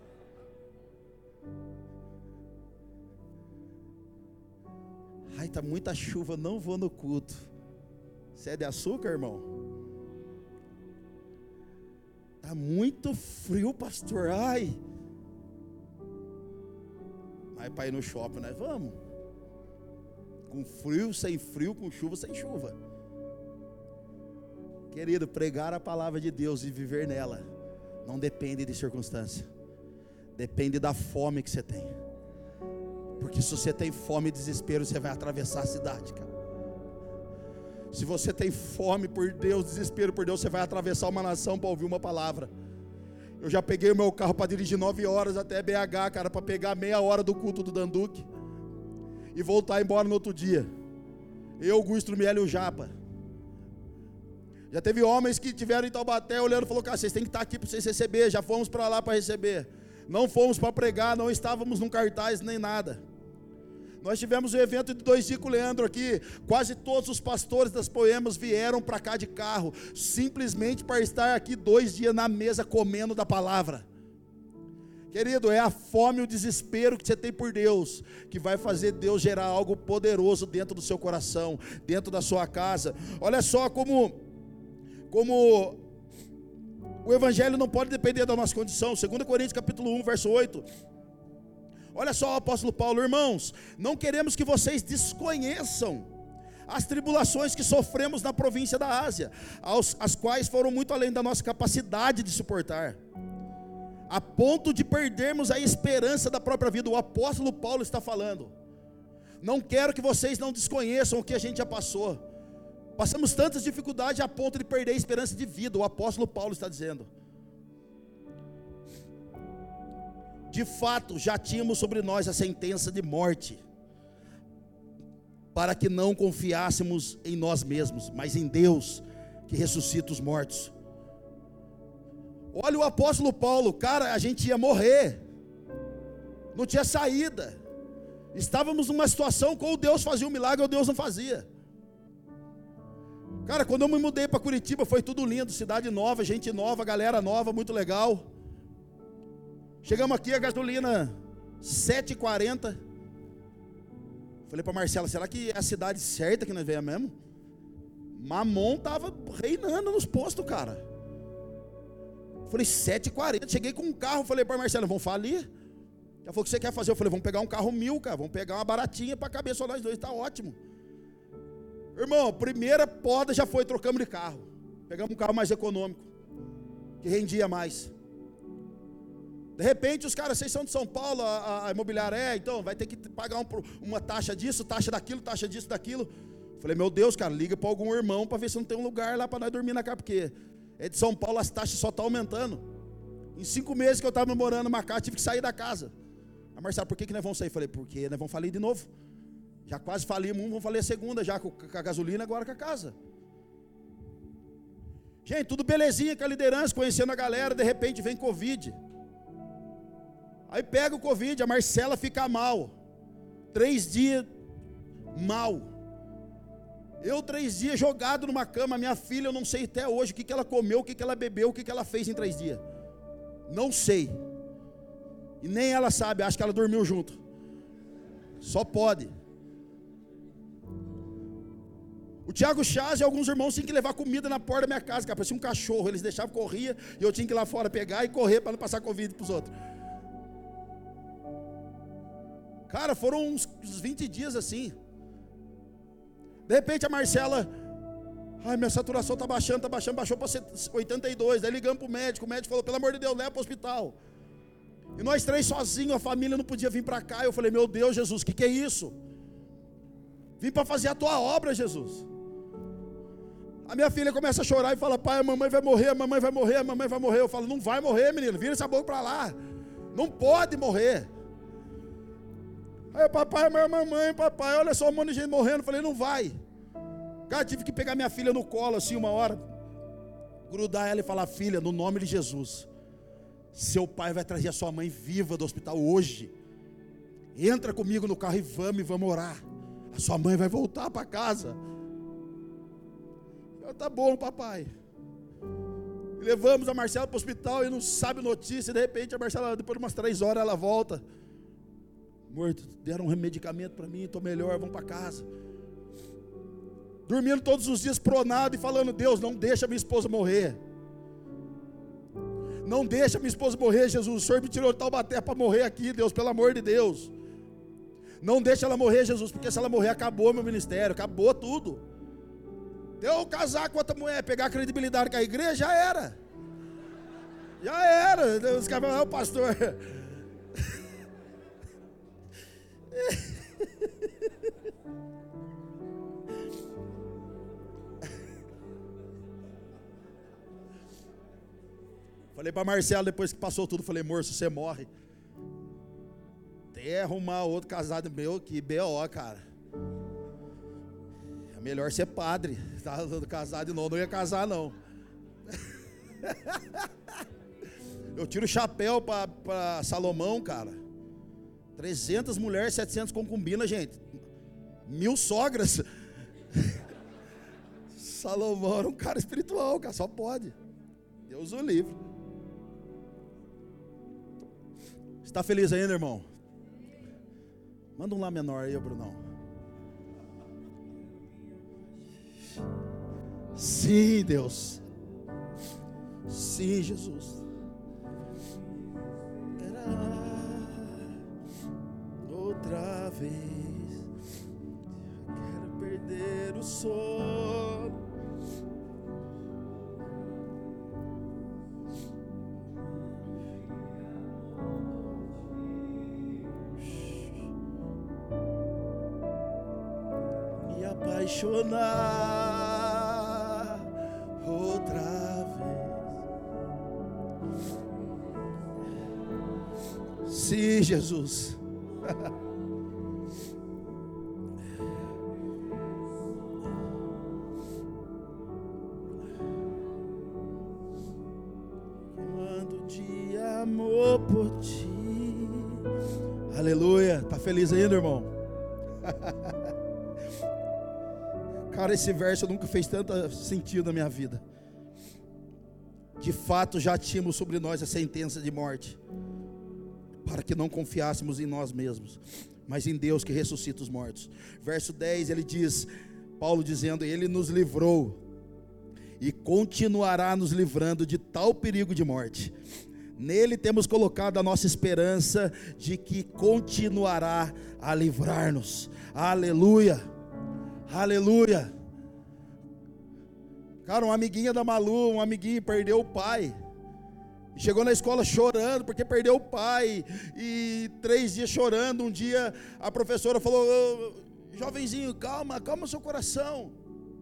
Ai, tá muita chuva, não vou no culto. Você é de açúcar, irmão? Tá muito frio, pastor. Ai. Mas para ir no shopping, nós vamos. Com frio, sem frio, com chuva, sem chuva. Querido, pregar a palavra de Deus e viver nela não depende de circunstância. Depende da fome que você tem. Porque se você tem fome e desespero, você vai atravessar a cidade, cara. Se você tem fome por Deus, desespero por Deus, você vai atravessar uma nação para ouvir uma palavra. Eu já peguei o meu carro para dirigir nove horas até B H, cara, para pegar meia hora do culto do Danduque e voltar embora no outro dia. Eu, Augusto Miele e o Japa. Já teve homens que tiveram em Taubaté olhando e falou, cara, vocês têm que estar aqui para vocês receber. Já fomos para lá para receber. Não fomos para pregar, não estávamos num cartaz nem nada. Nós tivemos o evento de dois dias com o Leandro aqui. Quase todos os pastores das Poemas vieram para cá de carro, simplesmente para estar aqui dois dias na mesa comendo da palavra. Querido, é a fome e o desespero que você tem por Deus que vai fazer Deus gerar algo poderoso dentro do seu coração, dentro da sua casa. Olha só como, como o evangelho não pode depender da nossa condição. Segunda Coríntios capítulo um, verso oito. Olha só o apóstolo Paulo: irmãos, não queremos que vocês desconheçam as tribulações que sofremos na província da Ásia, aos, as quais foram muito além da nossa capacidade de suportar, a ponto de perdermos a esperança da própria vida. O apóstolo Paulo está falando: não quero que vocês não desconheçam o que a gente já passou. Passamos tantas dificuldades a ponto de perder a esperança de vida. O apóstolo Paulo está dizendo: de fato, já tínhamos sobre nós a sentença de morte, para que não confiássemos em nós mesmos, mas em Deus, que ressuscita os mortos. Olha o apóstolo Paulo, cara, a gente ia morrer, não tinha saída, estávamos numa situação, ou Deus fazia um milagre ou Deus não fazia. Cara, quando eu me mudei para Curitiba, foi tudo lindo, cidade nova, gente nova, galera nova, muito legal. Chegamos aqui, a gasolina sete e quarenta. Falei para Marcela: será que é a cidade certa que nós veio mesmo? Mamon estava reinando nos postos, cara. Falei, sete e quarenta, cheguei com um carro, falei para Marcela: vamos falir? Ela falou: o que você quer fazer? Eu falei: vamos pegar um carro mil, cara, vamos pegar uma baratinha para caber só nós dois, está ótimo. Irmão, primeira poda já foi, trocamos de carro, pegamos um carro mais econômico, que rendia mais. De repente os caras: vocês são de São Paulo, a, a imobiliária é, então vai ter que pagar um, uma taxa disso, taxa daquilo, taxa disso, daquilo. Falei: meu Deus, cara, liga para algum irmão para ver se não tem um lugar lá para nós dormir na casa, porque é de São Paulo, as taxas só estão aumentando. Em cinco meses que eu estava morando numa casa, tive que sair da casa. A Marcela: por que, que nós vamos sair? Falei: porque nós vamos falir de novo. Já quase falimos um, vamos falir a segunda, já com a gasolina, agora com a casa. Gente, tudo belezinha com a liderança, conhecendo a galera. De repente vem Covid. Aí pega o Covid, a Marcela fica mal. Três dias mal. Eu três dias jogado numa cama. Minha filha, eu não sei até hoje o que, que ela comeu, o que, que ela bebeu, o que, que ela fez em três dias. Não sei. E nem ela sabe, acho que ela dormiu junto. Só pode. O Tiago Chaz e alguns irmãos tinham que levar comida na porta da minha casa, cara, parecia um cachorro. Eles deixavam, corria, e eu tinha que ir lá fora pegar e correr para não passar Covid para os outros. Cara, foram uns vinte dias assim. De repente a Marcela: ai, minha saturação está baixando, está baixando, baixou para oitenta e dois. Daí ligamos para o médico, o médico falou: pelo amor de Deus, leva para o hospital. E nós três sozinhos, a família não podia vir para cá. Eu falei: meu Deus, Jesus, o que, que é isso? Vim para fazer a tua obra, Jesus. A minha filha começa a chorar e fala: pai, a mamãe vai morrer, a mamãe vai morrer, a mamãe vai morrer. Eu falo: não vai morrer, menino, vira essa boca para lá. Não pode morrer. Aí, papai, minha mamãe, papai, olha só um monte de gente morrendo. Eu falei: não vai. Cara, tive que pegar minha filha no colo assim uma hora, grudar ela e falar: filha, no nome de Jesus, seu pai vai trazer a sua mãe viva do hospital hoje. Entra comigo no carro e vamos, e vamos orar. A sua mãe vai voltar para casa. Eu: tá bom, papai. E levamos a Marcela para o hospital e não sabe notícia. De repente a Marcela, depois de umas três horas, ela volta: amor, deram um medicamento para mim, estou melhor, vamos para casa. Dormindo todos os dias pronado e falando: Deus, não deixa minha esposa morrer. Não deixa minha esposa morrer, Jesus. O Senhor me tirou de Taubaté para morrer aqui, Deus, pelo amor de Deus. Não deixa ela morrer, Jesus, porque se ela morrer, acabou meu ministério, acabou tudo. Eu casar com outra mulher, pegar a credibilidade com a igreja, já era. Já era. Os caras falam: o pastor. Falei para Marcelo, depois que passou tudo, falei: amor, se você morre, até arrumar outro casado meu, que B O, cara. É melhor ser padre. Estava casado de novo, não ia casar não. Eu tiro o chapéu para Salomão, cara. trezentas mulheres, setecentas concubinas, gente. Mil sogras. Salomão era um cara espiritual, cara, só pode. Deus o livre. Você está feliz ainda, irmão? Manda um lá menor aí, Brunão. Sim, Deus. Sim, Jesus. Outra vez, eu quero perder o sono. Me apaixonar outra vez. Sim, Jesus. Quando de amor por ti. Aleluia. Tá feliz ainda, irmão? Cara, esse verso nunca fez tanto sentido na minha vida. De fato, já tínhamos sobre nós a sentença de morte, para que não confiássemos em nós mesmos, mas em Deus que ressuscita os mortos. Verso dez, ele diz, Paulo dizendo, ele nos livrou e continuará nos livrando de tal perigo de morte. Nele temos colocado a nossa esperança de que continuará a livrar-nos. Aleluia, aleluia. Cara, uma amiguinha da Malu, um amiguinho perdeu o pai. Chegou na escola chorando porque perdeu o pai. E três dias chorando. Um dia a professora falou, oh, jovenzinho, calma, calma seu coração.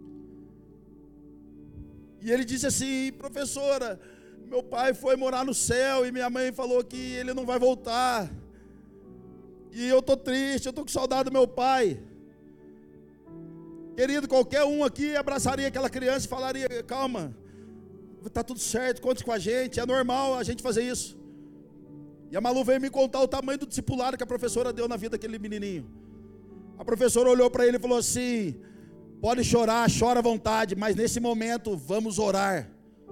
E ele disse assim, professora, meu pai foi morar no céu e minha mãe falou que ele não vai voltar. E eu estou triste, eu estou com saudade do meu pai. Querido, qualquer um aqui abraçaria aquela criança e falaria, calma, está tudo certo, conte com a gente, é normal a gente fazer isso. E a Malu veio me contar o tamanho do discipulado que a professora deu na vida daquele menininho. A professora olhou para ele e falou assim, pode chorar, chora à vontade, mas nesse momento vamos orar.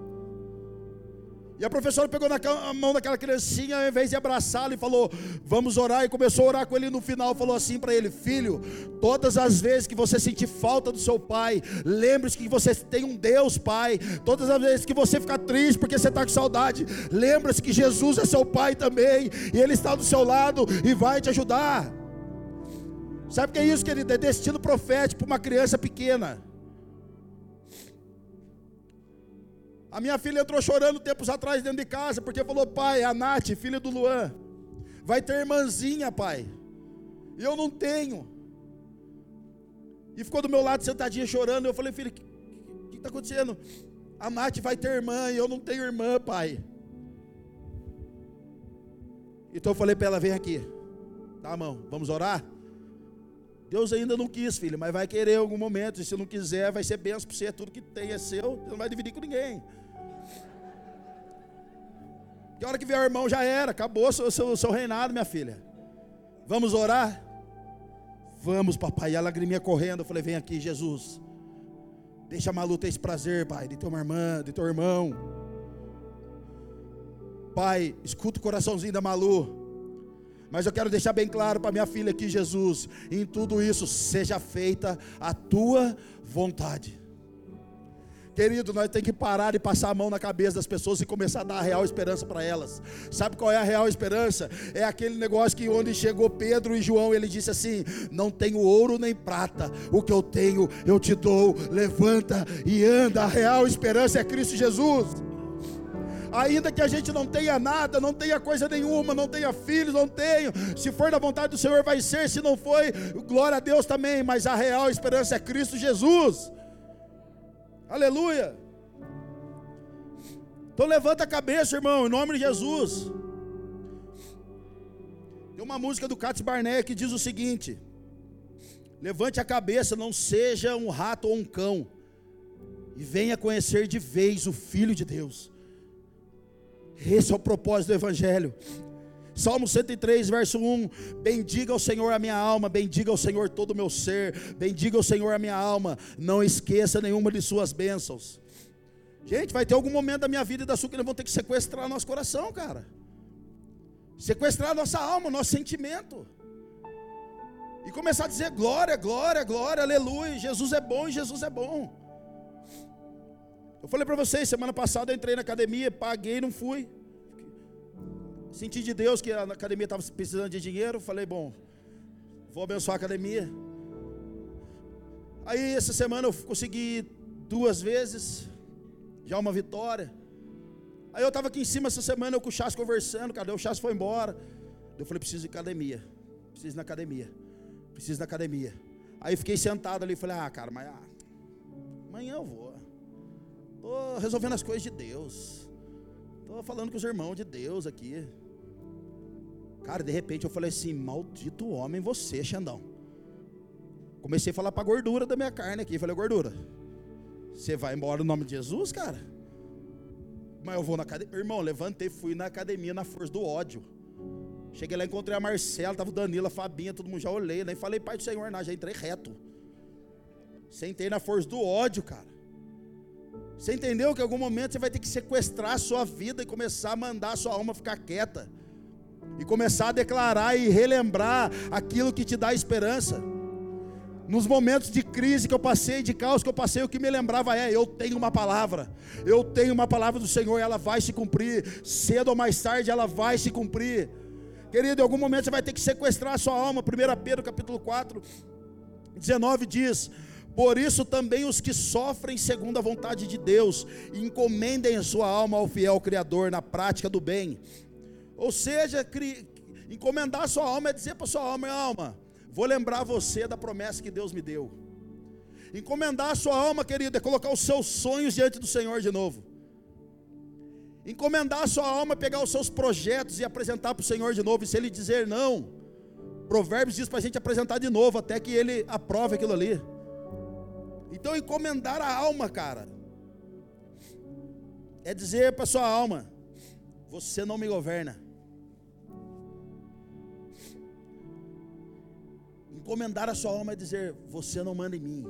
E a professora pegou na mão daquela criancinha, ao invés de abraçá-lo e falou, vamos orar, e começou a orar com ele. No final falou assim para ele, filho, todas as vezes que você sentir falta do seu pai, lembre-se que você tem um Deus pai. Todas as vezes que você ficar triste porque você está com saudade, lembre-se que Jesus é seu pai também, e Ele está do seu lado e vai te ajudar. Sabe o que é isso, querido? É destino profético para uma criança pequena. A minha filha entrou chorando tempos atrás dentro de casa, porque falou, pai, a Nath, filha do Luan, vai ter irmãzinha, pai, e eu não tenho. E ficou do meu lado sentadinha chorando. Eu falei, filha, o que está acontecendo? A Nath vai ter irmã e eu não tenho irmã, pai. Então eu falei para ela, vem aqui, dá a mão, vamos orar? Deus ainda não quis, filha, mas vai querer em algum momento, e se não quiser, vai ser bênção para você, tudo que tem é seu, você não vai dividir com ninguém. Que hora que vier o irmão já era, acabou o seu, seu, seu reinado, minha filha. Vamos orar? Vamos, papai. E a lagriminha correndo, eu falei, vem aqui, Jesus, deixa a Malu ter esse prazer, pai, de ter uma irmã, de teu irmão. Pai, escuta o coraçãozinho da Malu. Mas eu quero deixar bem claro para minha filha aqui, Jesus, em tudo isso, seja feita a tua vontade. Querido, nós temos que parar de passar a mão na cabeça das pessoas e começar a dar a real esperança para elas. Sabe qual é a real esperança? É aquele negócio que onde chegou Pedro e João, ele disse assim, não tenho ouro nem prata, o que eu tenho eu te dou, levanta e anda. A real esperança é Cristo Jesus. Ainda que a gente não tenha nada, não tenha coisa nenhuma, não tenha filhos, não tenho, se for da vontade do Senhor vai ser, se não foi, glória a Deus também, mas a real esperança é Cristo Jesus. Aleluia. Então levanta a cabeça, irmão, em nome de Jesus. Tem uma música do Katz Barnett que diz o seguinte, levante a cabeça, não seja um rato ou um cão, e venha conhecer de vez o Filho de Deus. Esse é o propósito do Evangelho. Salmo cento e três, verso um, bendiga ao Senhor a minha alma, bendiga ao Senhor todo o meu ser, bendiga ao Senhor a minha alma, não esqueça nenhuma de suas bênçãos. Gente, vai ter algum momento da minha vida e da sua que eles vão ter que sequestrar nosso coração, cara. sequestrar a nossa alma, o nosso sentimento, e começar a dizer glória, glória, glória, aleluia, Jesus é bom e Jesus é bom. Eu falei para vocês, semana passada eu entrei na academia, paguei, não fui. Senti de Deus que a academia estava precisando de dinheiro, falei, bom, vou abençoar a academia. Aí essa semana eu consegui duas vezes, já uma vitória. Aí eu estava aqui em cima essa semana, eu com o Chas conversando, cadê o Chas foi embora. Eu falei, preciso ir na academia, preciso ir na academia, preciso ir na academia. Aí fiquei sentado ali, falei, ah cara, mas ah, amanhã eu vou. Estou resolvendo as coisas de Deus, estou falando com os irmãos de Deus aqui. Cara, de repente eu falei assim, maldito homem você, Xandão. Comecei a falar para a gordura da minha carne aqui, falei, gordura, você vai embora no nome de Jesus, cara? Mas eu vou na academia. Irmão, levantei, fui na academia na força do ódio. Cheguei lá, encontrei a Marcela, estava o Danilo, a Fabinha, todo mundo já olhei, nem falei pai do Senhor, não, já entrei reto. Sentei na força do ódio, cara. Você entendeu que em algum momento você vai ter que sequestrar a sua vida e começar a mandar a sua alma ficar quieta, e começar a declarar e relembrar aquilo que te dá esperança. Nos momentos de crise que eu passei, de caos que eu passei, o que me lembrava é, eu tenho uma palavra, eu tenho uma palavra do Senhor, e ela vai se cumprir, cedo ou mais tarde ela vai se cumprir. Querido, em algum momento você vai ter que sequestrar a sua alma. primeira Pedro capítulo quatro, dezenove diz, por isso também os que sofrem segundo a vontade de Deus, encomendem a sua alma ao fiel Criador na prática do bem. Ou seja, cri... encomendar a sua alma é dizer para a sua alma, alma, vou lembrar você da promessa que Deus me deu. Encomendar a sua alma, querido, é colocar os seus sonhos diante do Senhor de novo. Encomendar a sua alma é pegar os seus projetos e apresentar para o Senhor de novo, e se Ele dizer não, Provérbios diz para a gente apresentar de novo, até que Ele aprove aquilo ali. Então encomendar a alma, cara, é dizer para a sua alma, você não me governa. Encomendar a sua alma é dizer, você não manda em mim.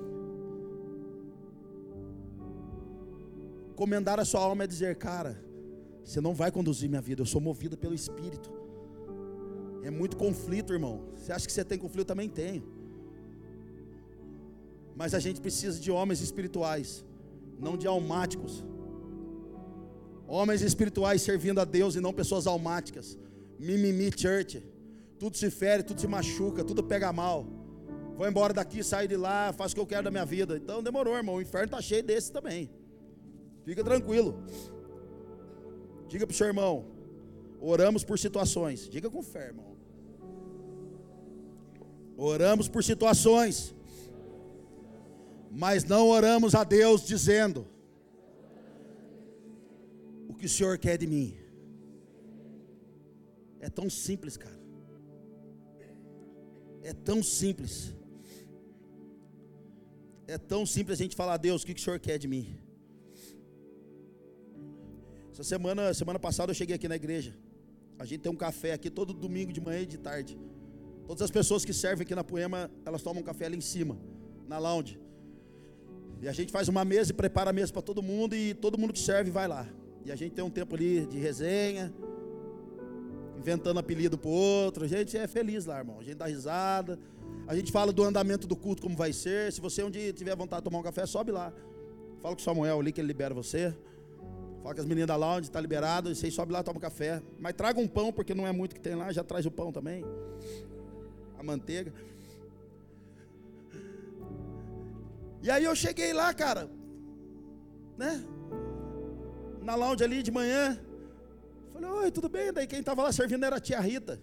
Encomendar a sua alma é dizer, cara, você não vai conduzir minha vida, eu sou movido pelo Espírito. É muito conflito, irmão. Você acha que você tem conflito? Eu também tenho. Mas a gente precisa de homens espirituais, não de almáticos. Homens espirituais servindo a Deus e não pessoas almáticas. Mimimi church. Tudo se fere, tudo se machuca, tudo pega mal. Vou embora daqui, saio de lá, faço o que eu quero da minha vida. Então demorou, irmão, o inferno está cheio desse também. Fica tranquilo. Diga para o seu irmão, oramos por situações. Diga com fé, irmão. Oramos por situações, mas não oramos a Deus dizendo o que o Senhor quer de mim. É tão simples, cara. É tão simples. É tão simples a gente falar a Deus, o que o Senhor quer de mim. Essa semana, semana passada eu cheguei aqui na igreja. A gente tem um café aqui todo domingo de manhã e de tarde. Todas as pessoas que servem aqui na Poema, elas tomam um café ali em cima, na lounge. E a gente faz uma mesa e prepara a mesa para todo mundo, e todo mundo que serve vai lá. E a gente tem um tempo ali de resenha, inventando apelido pro outro. A gente é feliz lá, irmão. A gente dá risada. A gente fala do andamento do culto, como vai ser. Se você um dia tiver vontade de tomar um café, sobe lá. Fala com o Samuel ali que ele libera você. Fala com as meninas da lounge, está liberado. E vocês sobem lá, tomam um café. Mas traga um pão, porque não é muito que tem lá. Já traz o pão também. A manteiga. E aí eu cheguei lá, cara, né? Na lounge ali de manhã. Falei, oi, tudo bem? Daí quem estava lá servindo era a tia Rita,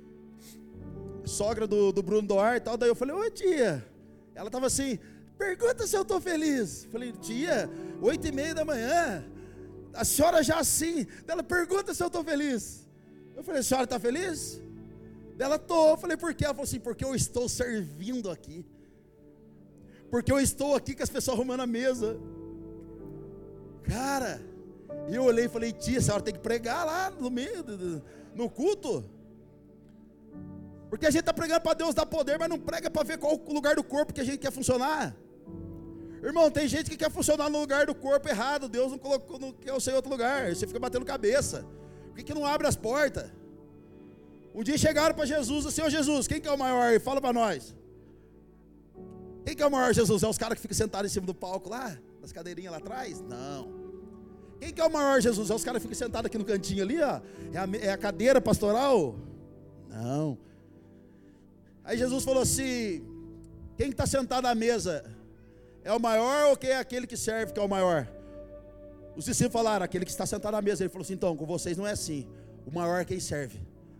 sogra do, do Bruno Doar e tal. Daí eu falei, oi tia. Ela estava assim, pergunta se eu estou feliz. Falei, tia, oito e meia da manhã, a senhora já assim. Ela pergunta se eu estou feliz. Eu falei, a senhora está feliz? Ela, tô. Eu falei, por quê? Ela falou assim, porque eu estou servindo aqui. Porque eu estou aqui com as pessoas arrumando a mesa. Cara, e eu olhei e falei, tia, a senhora tem que pregar lá no meio, no culto. Porque a gente está pregando para Deus dar poder, mas não prega para ver qual o lugar do corpo que a gente quer funcionar. Irmão, tem gente que quer funcionar no lugar do corpo errado. Deus não colocou, não quer você em outro lugar. Você fica batendo cabeça. Por que que não abre as portas? Um dia chegaram para Jesus, assim, ô Jesus, quem que é o maior? Fala para nós. Quem que é o maior, Jesus? É os caras que ficam sentados em cima do palco lá, nas cadeirinhas lá atrás? Não. Quem que é o maior, Jesus? É os caras que ficam sentados aqui no cantinho ali, ó. É a, é a cadeira pastoral? Não. Aí Jesus falou assim, quem que está sentado à mesa? É o maior ou quem é aquele que serve que é o maior? Os discípulos falaram, aquele que está sentado à mesa. Ele falou assim, então, com vocês não é assim. O maior é quem serve.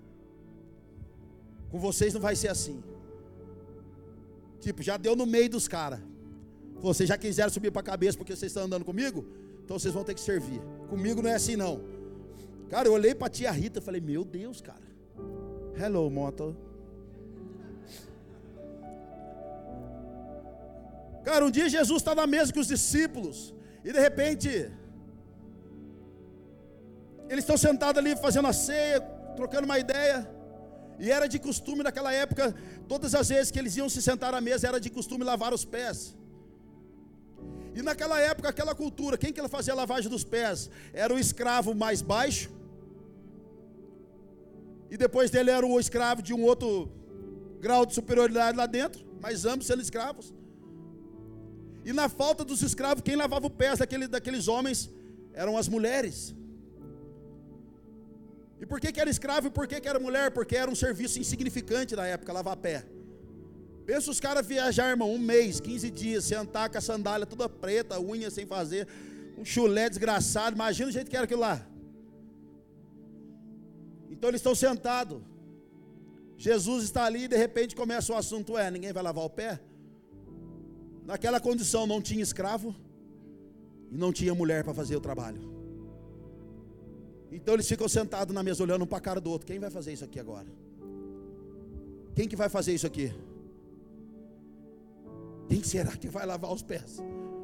Com vocês não vai ser assim. Tipo, já deu no meio dos caras. Vocês já quiseram subir para a cabeça porque vocês estão andando comigo? Então vocês vão ter que servir. Comigo não é assim não. Cara, eu olhei para a tia Rita e falei, meu Deus, cara. Hello, moto. Cara, um dia Jesus está na mesa com os discípulos. E de repente, eles estão sentados ali fazendo a ceia, trocando uma ideia. E era de costume naquela época, todas as vezes que eles iam se sentar à mesa, era de costume lavar os pés. E naquela época, aquela cultura, quem que ela fazia a lavagem dos pés? Era o escravo mais baixo. E depois dele era o escravo de um outro grau de superioridade lá dentro, mas ambos sendo escravos. E na falta dos escravos, quem lavava os pés daquele, daqueles homens eram as mulheres. E por que que era escravo e por que que era mulher? Porque era um serviço insignificante na época, lavar pé. Pensa os caras viajar, irmão, um mês, quinze dias, sentar com a sandália toda preta, unha sem fazer, um chulé desgraçado, imagina o jeito que era aquilo lá. Então eles estão sentados, Jesus está ali e de repente começa o assunto, é, ninguém vai lavar o pé? Naquela condição não tinha escravo e não tinha mulher para fazer o trabalho. Então eles ficam sentados na mesa olhando um para a cara do outro. Quem vai fazer isso aqui agora? Quem que vai fazer isso aqui? Quem será que vai lavar os pés?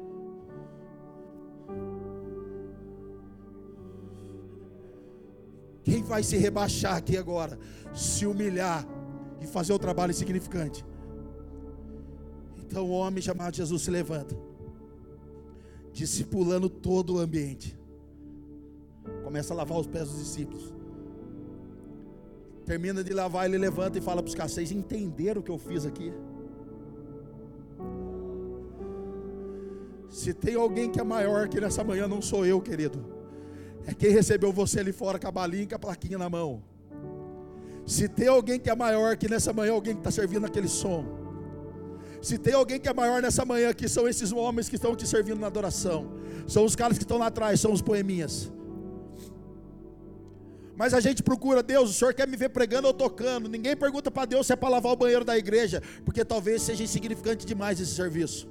Quem vai se rebaixar aqui agora? Se humilhar e fazer o trabalho insignificante? Então o homem chamado Jesus se levanta, discipulando todo o ambiente. Começa a lavar os pés dos discípulos. Termina de lavar, ele levanta e fala para os caras, vocês entenderam o que eu fiz aqui? Se tem alguém que é maior que nessa manhã, não sou eu, querido. É quem recebeu você ali fora com a balinha e com a plaquinha na mão. Se tem alguém que é maior que nessa manhã, alguém que está servindo aquele som. Se tem alguém que é maior nessa manhã, que são esses homens que estão te servindo na adoração. São os caras que estão lá atrás, são os poeminhas. Mas a gente procura, Deus, o Senhor quer me ver pregando ou tocando. Ninguém pergunta para Deus se é para lavar o banheiro da igreja, porque talvez seja insignificante demais esse serviço.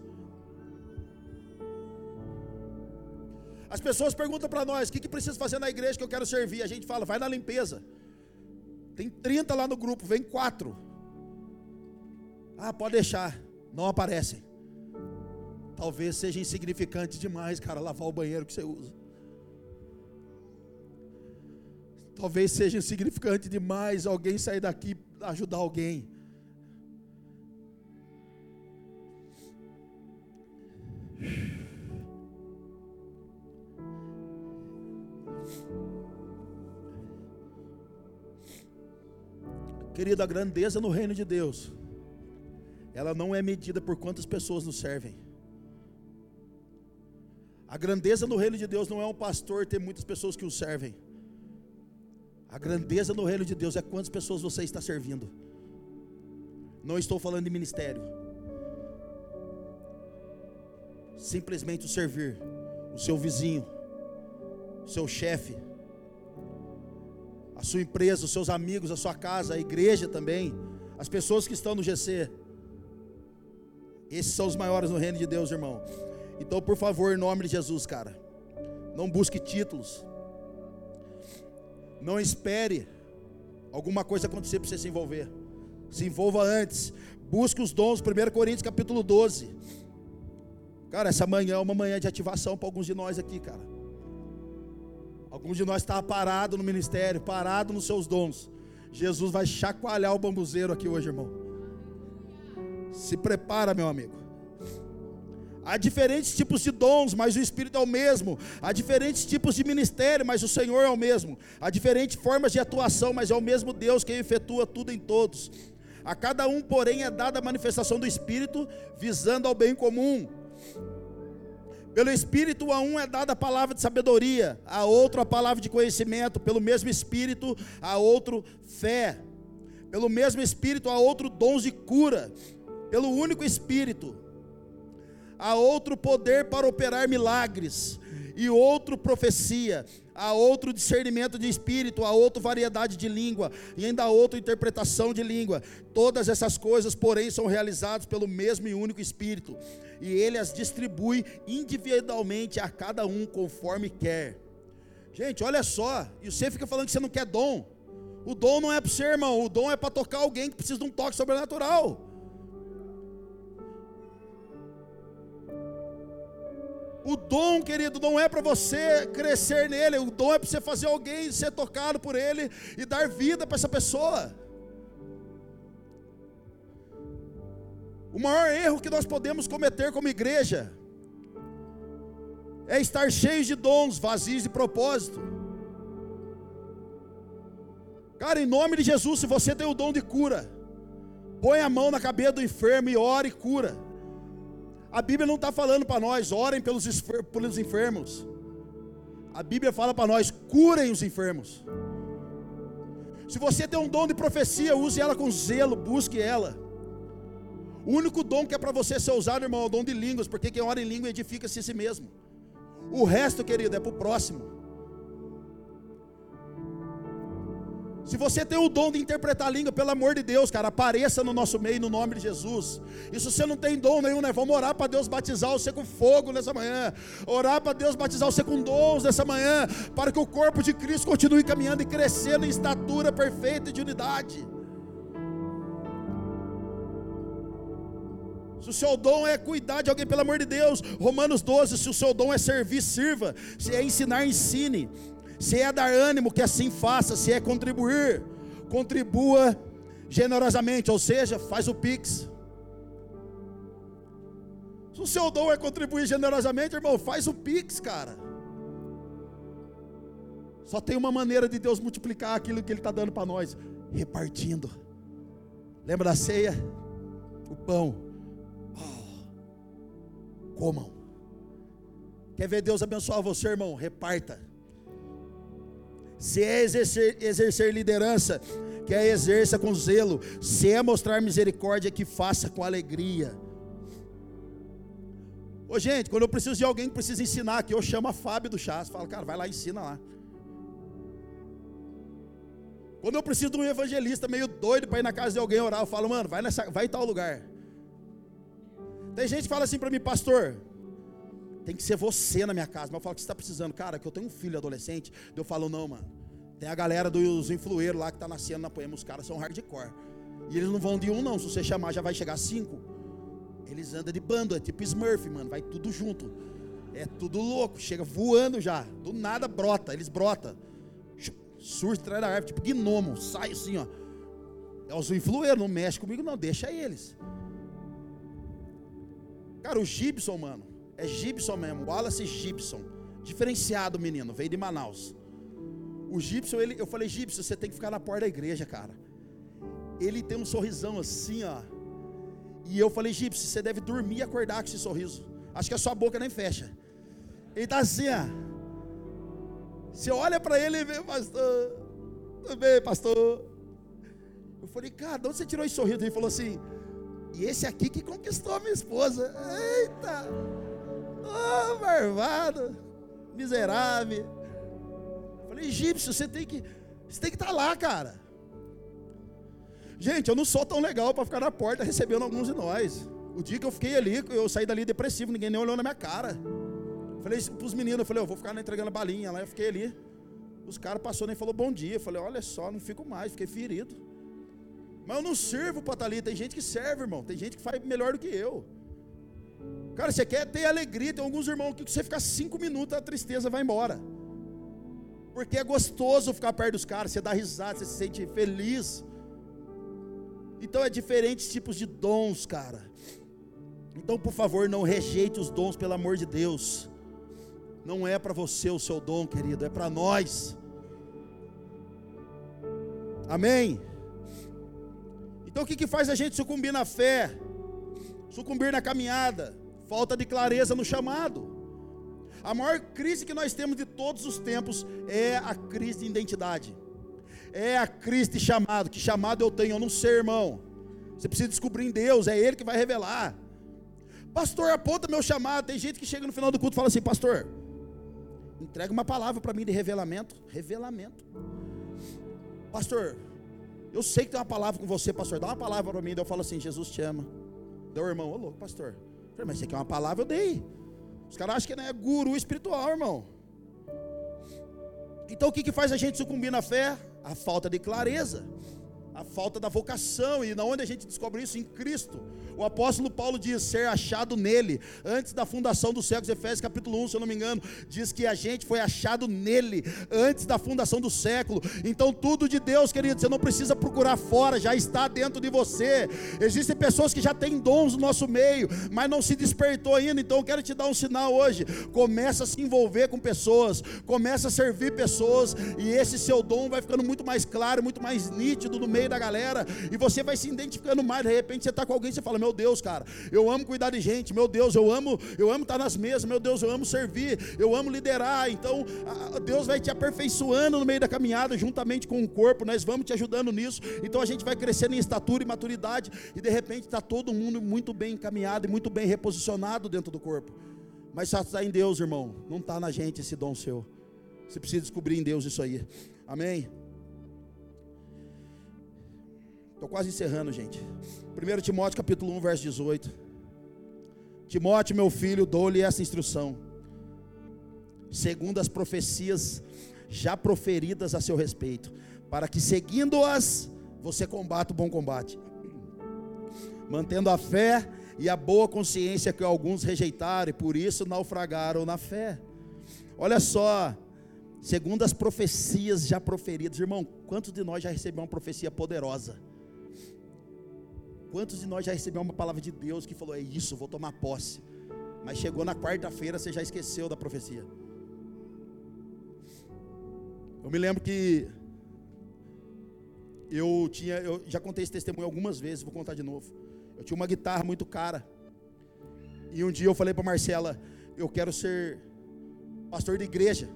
As pessoas perguntam para nós, o que, que precisa fazer na igreja que eu quero servir? A gente fala, vai na limpeza. Tem trinta lá no grupo, vem quatro. Ah, pode deixar, não aparecem. Talvez seja insignificante demais, cara, lavar o banheiro que você usa. Talvez seja insignificante demais alguém sair daqui e ajudar alguém. Querido, a grandeza no reino de Deus, ela não é medida por quantas pessoas nos servem. A grandeza no reino de Deus não é um pastor ter muitas pessoas que o servem. A grandeza no reino de Deus é quantas pessoas você está servindo. Não estou falando de ministério. Simplesmente o servir o seu vizinho, o seu chefe, a sua empresa, os seus amigos, a sua casa, a igreja também, as pessoas que estão no G C. Esses são os maiores no reino de Deus, irmão. Então, por favor, em nome de Jesus, cara, não busque títulos. Não espere alguma coisa acontecer para você se envolver. Se envolva antes. Busque os dons. primeira Coríntios capítulo doze. Cara, essa manhã é uma manhã de ativação para alguns de nós aqui, cara. Alguns de nós estão parados no ministério, parados nos seus dons. Jesus vai chacoalhar o bambuzeiro aqui hoje, irmão. Se prepara, meu amigo. Há diferentes tipos de dons, mas o Espírito é o mesmo. Há diferentes tipos de ministério, mas o Senhor é o mesmo. Há diferentes formas de atuação, mas é o mesmo Deus quem efetua tudo em todos. A cada um, porém, é dada a manifestação do Espírito, visando ao bem comum. Pelo Espírito, a um é dada a palavra de sabedoria, a outro a palavra de conhecimento, pelo mesmo Espírito, a outro fé. Pelo mesmo Espírito, a outro dons de cura, pelo único Espírito. Há outro poder para operar milagres, e outro profecia, há outro discernimento de espírito, há outra variedade de língua, e ainda há outra interpretação de língua. Todas essas coisas, porém, são realizadas pelo mesmo e único Espírito, e Ele as distribui individualmente a cada um conforme quer. Gente, olha só, e você fica falando que você não quer dom. O dom não é para você, irmão, o dom é para tocar alguém que precisa de um toque sobrenatural. O dom, querido, não é para você crescer nele, o dom é para você fazer alguém ser tocado por ele e dar vida para essa pessoa. O maior erro que nós podemos cometer como igreja é estar cheios de dons, vazios de propósito. Cara, em nome de Jesus, se você tem o dom de cura, põe a mão na cabeça do enfermo e ore e cura. A Bíblia não está falando para nós, orem pelos, pelos enfermos. A Bíblia fala para nós, curem os enfermos. Se você tem um dom de profecia, use ela com zelo, busque ela. O único dom que é para você ser usado, irmão, é o dom de línguas, porque quem ora em língua edifica-se a si mesmo. O resto, querido, é para o próximo. Se você tem o dom de interpretar a língua, pelo amor de Deus, cara, apareça no nosso meio, no nome de Jesus. E se você não tem dom nenhum, né? Vamos orar para Deus batizar você com fogo nessa manhã. Orar para Deus batizar você com dons nessa manhã, para que o corpo de Cristo continue caminhando e crescendo em estatura perfeita e de unidade. Se o seu dom é cuidar de alguém, pelo amor de Deus, Romanos doze, se o seu dom é servir, sirva. Se é ensinar, ensine. Se é dar ânimo, que assim faça. Se é contribuir, contribua generosamente, ou seja, faz o Pix. Se o seu dom é contribuir generosamente, irmão, faz o Pix, cara. Só tem uma maneira de Deus multiplicar aquilo que Ele está dando para nós, repartindo. Lembra da ceia? O pão. Oh, comam. Quer ver Deus abençoar você, irmão? Reparta. Se é exercer, exercer liderança, que a exerça com zelo. Se é mostrar misericórdia, que faça com alegria. Ô gente, quando eu preciso de alguém que precisa ensinar aqui, eu chamo a Fábio do Chás, falo, cara, vai lá e ensina lá. Quando eu preciso de um evangelista meio doido para ir na casa de alguém orar, eu falo, mano, vai, nessa, vai em tal lugar. Tem gente que fala assim para mim, pastor, tem que ser você na minha casa. Mas eu falo, o que você está precisando? Cara, que eu tenho um filho adolescente. Eu falo, não, mano, tem a galera dos influeiros lá que está nascendo na Poema. Os caras são hardcore, e eles não vão de um não, se você chamar já vai chegar cinco. Eles andam de bando, é tipo Smurf, mano, vai tudo junto. É tudo louco, chega voando já. Do nada brota, eles brotam. Surge atrás da árvore, tipo gnomo, sai assim, ó. É os influeiros, não mexe comigo não, deixa eles. Cara, o Gibson, mano, é Gibson mesmo, Wallace Gibson, diferenciado menino, veio de Manaus. O Gibson, ele, eu falei, Gibson, você tem que ficar na porta da igreja, cara. Ele tem um sorrisão assim, ó. E eu falei, Gibson, você deve dormir e acordar com esse sorriso. Acho que a sua boca nem fecha. Ele tá assim, ó. Você olha para ele e vê, pastor, tudo bem, pastor? Eu falei, cara, de onde você tirou esse sorriso? Ele falou assim, e esse aqui que conquistou a minha esposa. Eita! Oh, marvado, miserável. Eu falei, Gibson, você tem que, você tem que estar lá, cara. Gente, eu não sou tão legal para ficar na porta recebendo alguns de nós. O dia que eu fiquei ali, eu saí dali depressivo, ninguém nem olhou na minha cara. Eu falei para os meninos, eu falei, eu vou ficar entregando balinha lá. Eu fiquei ali, os caras passaram nem falou bom dia. Eu falei, olha só, não fico mais, fiquei ferido. Mas eu não sirvo para estar ali. Tem gente que serve, irmão, tem gente que faz melhor do que eu. Cara, você quer ter alegria, tem alguns irmãos que você fica cinco minutos, a tristeza vai embora. Porque é gostoso ficar perto dos caras, você dá risada, você se sente feliz. Então é diferentes tipos de dons, cara. Então, por favor, não rejeite os dons, pelo amor de Deus. Não é para você o seu dom, querido, é para nós. Amém? Então o que, que faz a gente sucumbir na fé? Sucumbir na caminhada? Falta de clareza no chamado. A maior crise que nós temos de todos os tempos é a crise de identidade. É a crise de chamado. Que chamado eu tenho? Eu não sei, irmão. Você precisa descobrir em Deus, é Ele que vai revelar. Pastor, aponta meu chamado. Tem gente que chega no final do culto e fala assim: pastor, entrega uma palavra para mim de revelamento. Revelamento. Pastor, eu sei que tem uma palavra com você, pastor. Dá uma palavra para mim. Daí eu falo assim: Jesus te ama. Daí o irmão: ô louco, pastor. Eu falei: mas você quer uma palavra? Eu dei. Os caras acham que não é guru espiritual, irmão. Então o que, que faz a gente sucumbir na fé? A falta de clareza, a falta da vocação. E na onde a gente descobre isso? Em Cristo. O apóstolo Paulo diz: ser achado nele, antes da fundação dos séculos. Efésios capítulo um, se eu não me engano, diz que a gente foi achado nele, antes da fundação do século. Então tudo de Deus, querido, você não precisa procurar fora, já está dentro de você. Existem pessoas que já têm dons no nosso meio, mas não se despertou ainda. Então eu quero te dar um sinal hoje: começa a se envolver com pessoas, começa a servir pessoas, e esse seu dom vai ficando muito mais claro, muito mais nítido no meio da galera, e você vai se identificando mais. De repente você está com alguém e você fala: meu Deus, cara, eu amo cuidar de gente, meu Deus, eu amo, eu amo estar nas mesas, meu Deus, eu amo servir, eu amo liderar. Então Deus vai te aperfeiçoando no meio da caminhada, juntamente com o corpo. Nós vamos te ajudando nisso. Então a gente vai crescendo em estatura e maturidade, e de repente está todo mundo muito bem encaminhado e muito bem reposicionado dentro do corpo. Mas só está em Deus, irmão, não está na gente esse dom seu. Você precisa descobrir em Deus isso aí. Amém? Estou quase encerrando, gente. primeiro Timóteo capítulo um, verso dezoito. Timóteo, meu filho, dou-lhe essa instrução, segundo as profecias já proferidas a seu respeito, para que, seguindo-as, você combata o bom combate, mantendo a fé e a boa consciência que alguns rejeitaram e por isso naufragaram na fé. Olha só, segundo as profecias já proferidas. Irmão, quantos de nós já recebeu uma profecia poderosa? Quantos de nós já recebeu uma palavra de Deus que falou: é isso, vou tomar posse, mas chegou na quarta-feira, você já esqueceu da profecia? Eu me lembro que eu tinha, eu já contei esse testemunho algumas vezes, vou contar de novo. Eu tinha uma guitarra muito cara, e um dia eu falei para Marcela: eu quero ser pastor de igreja.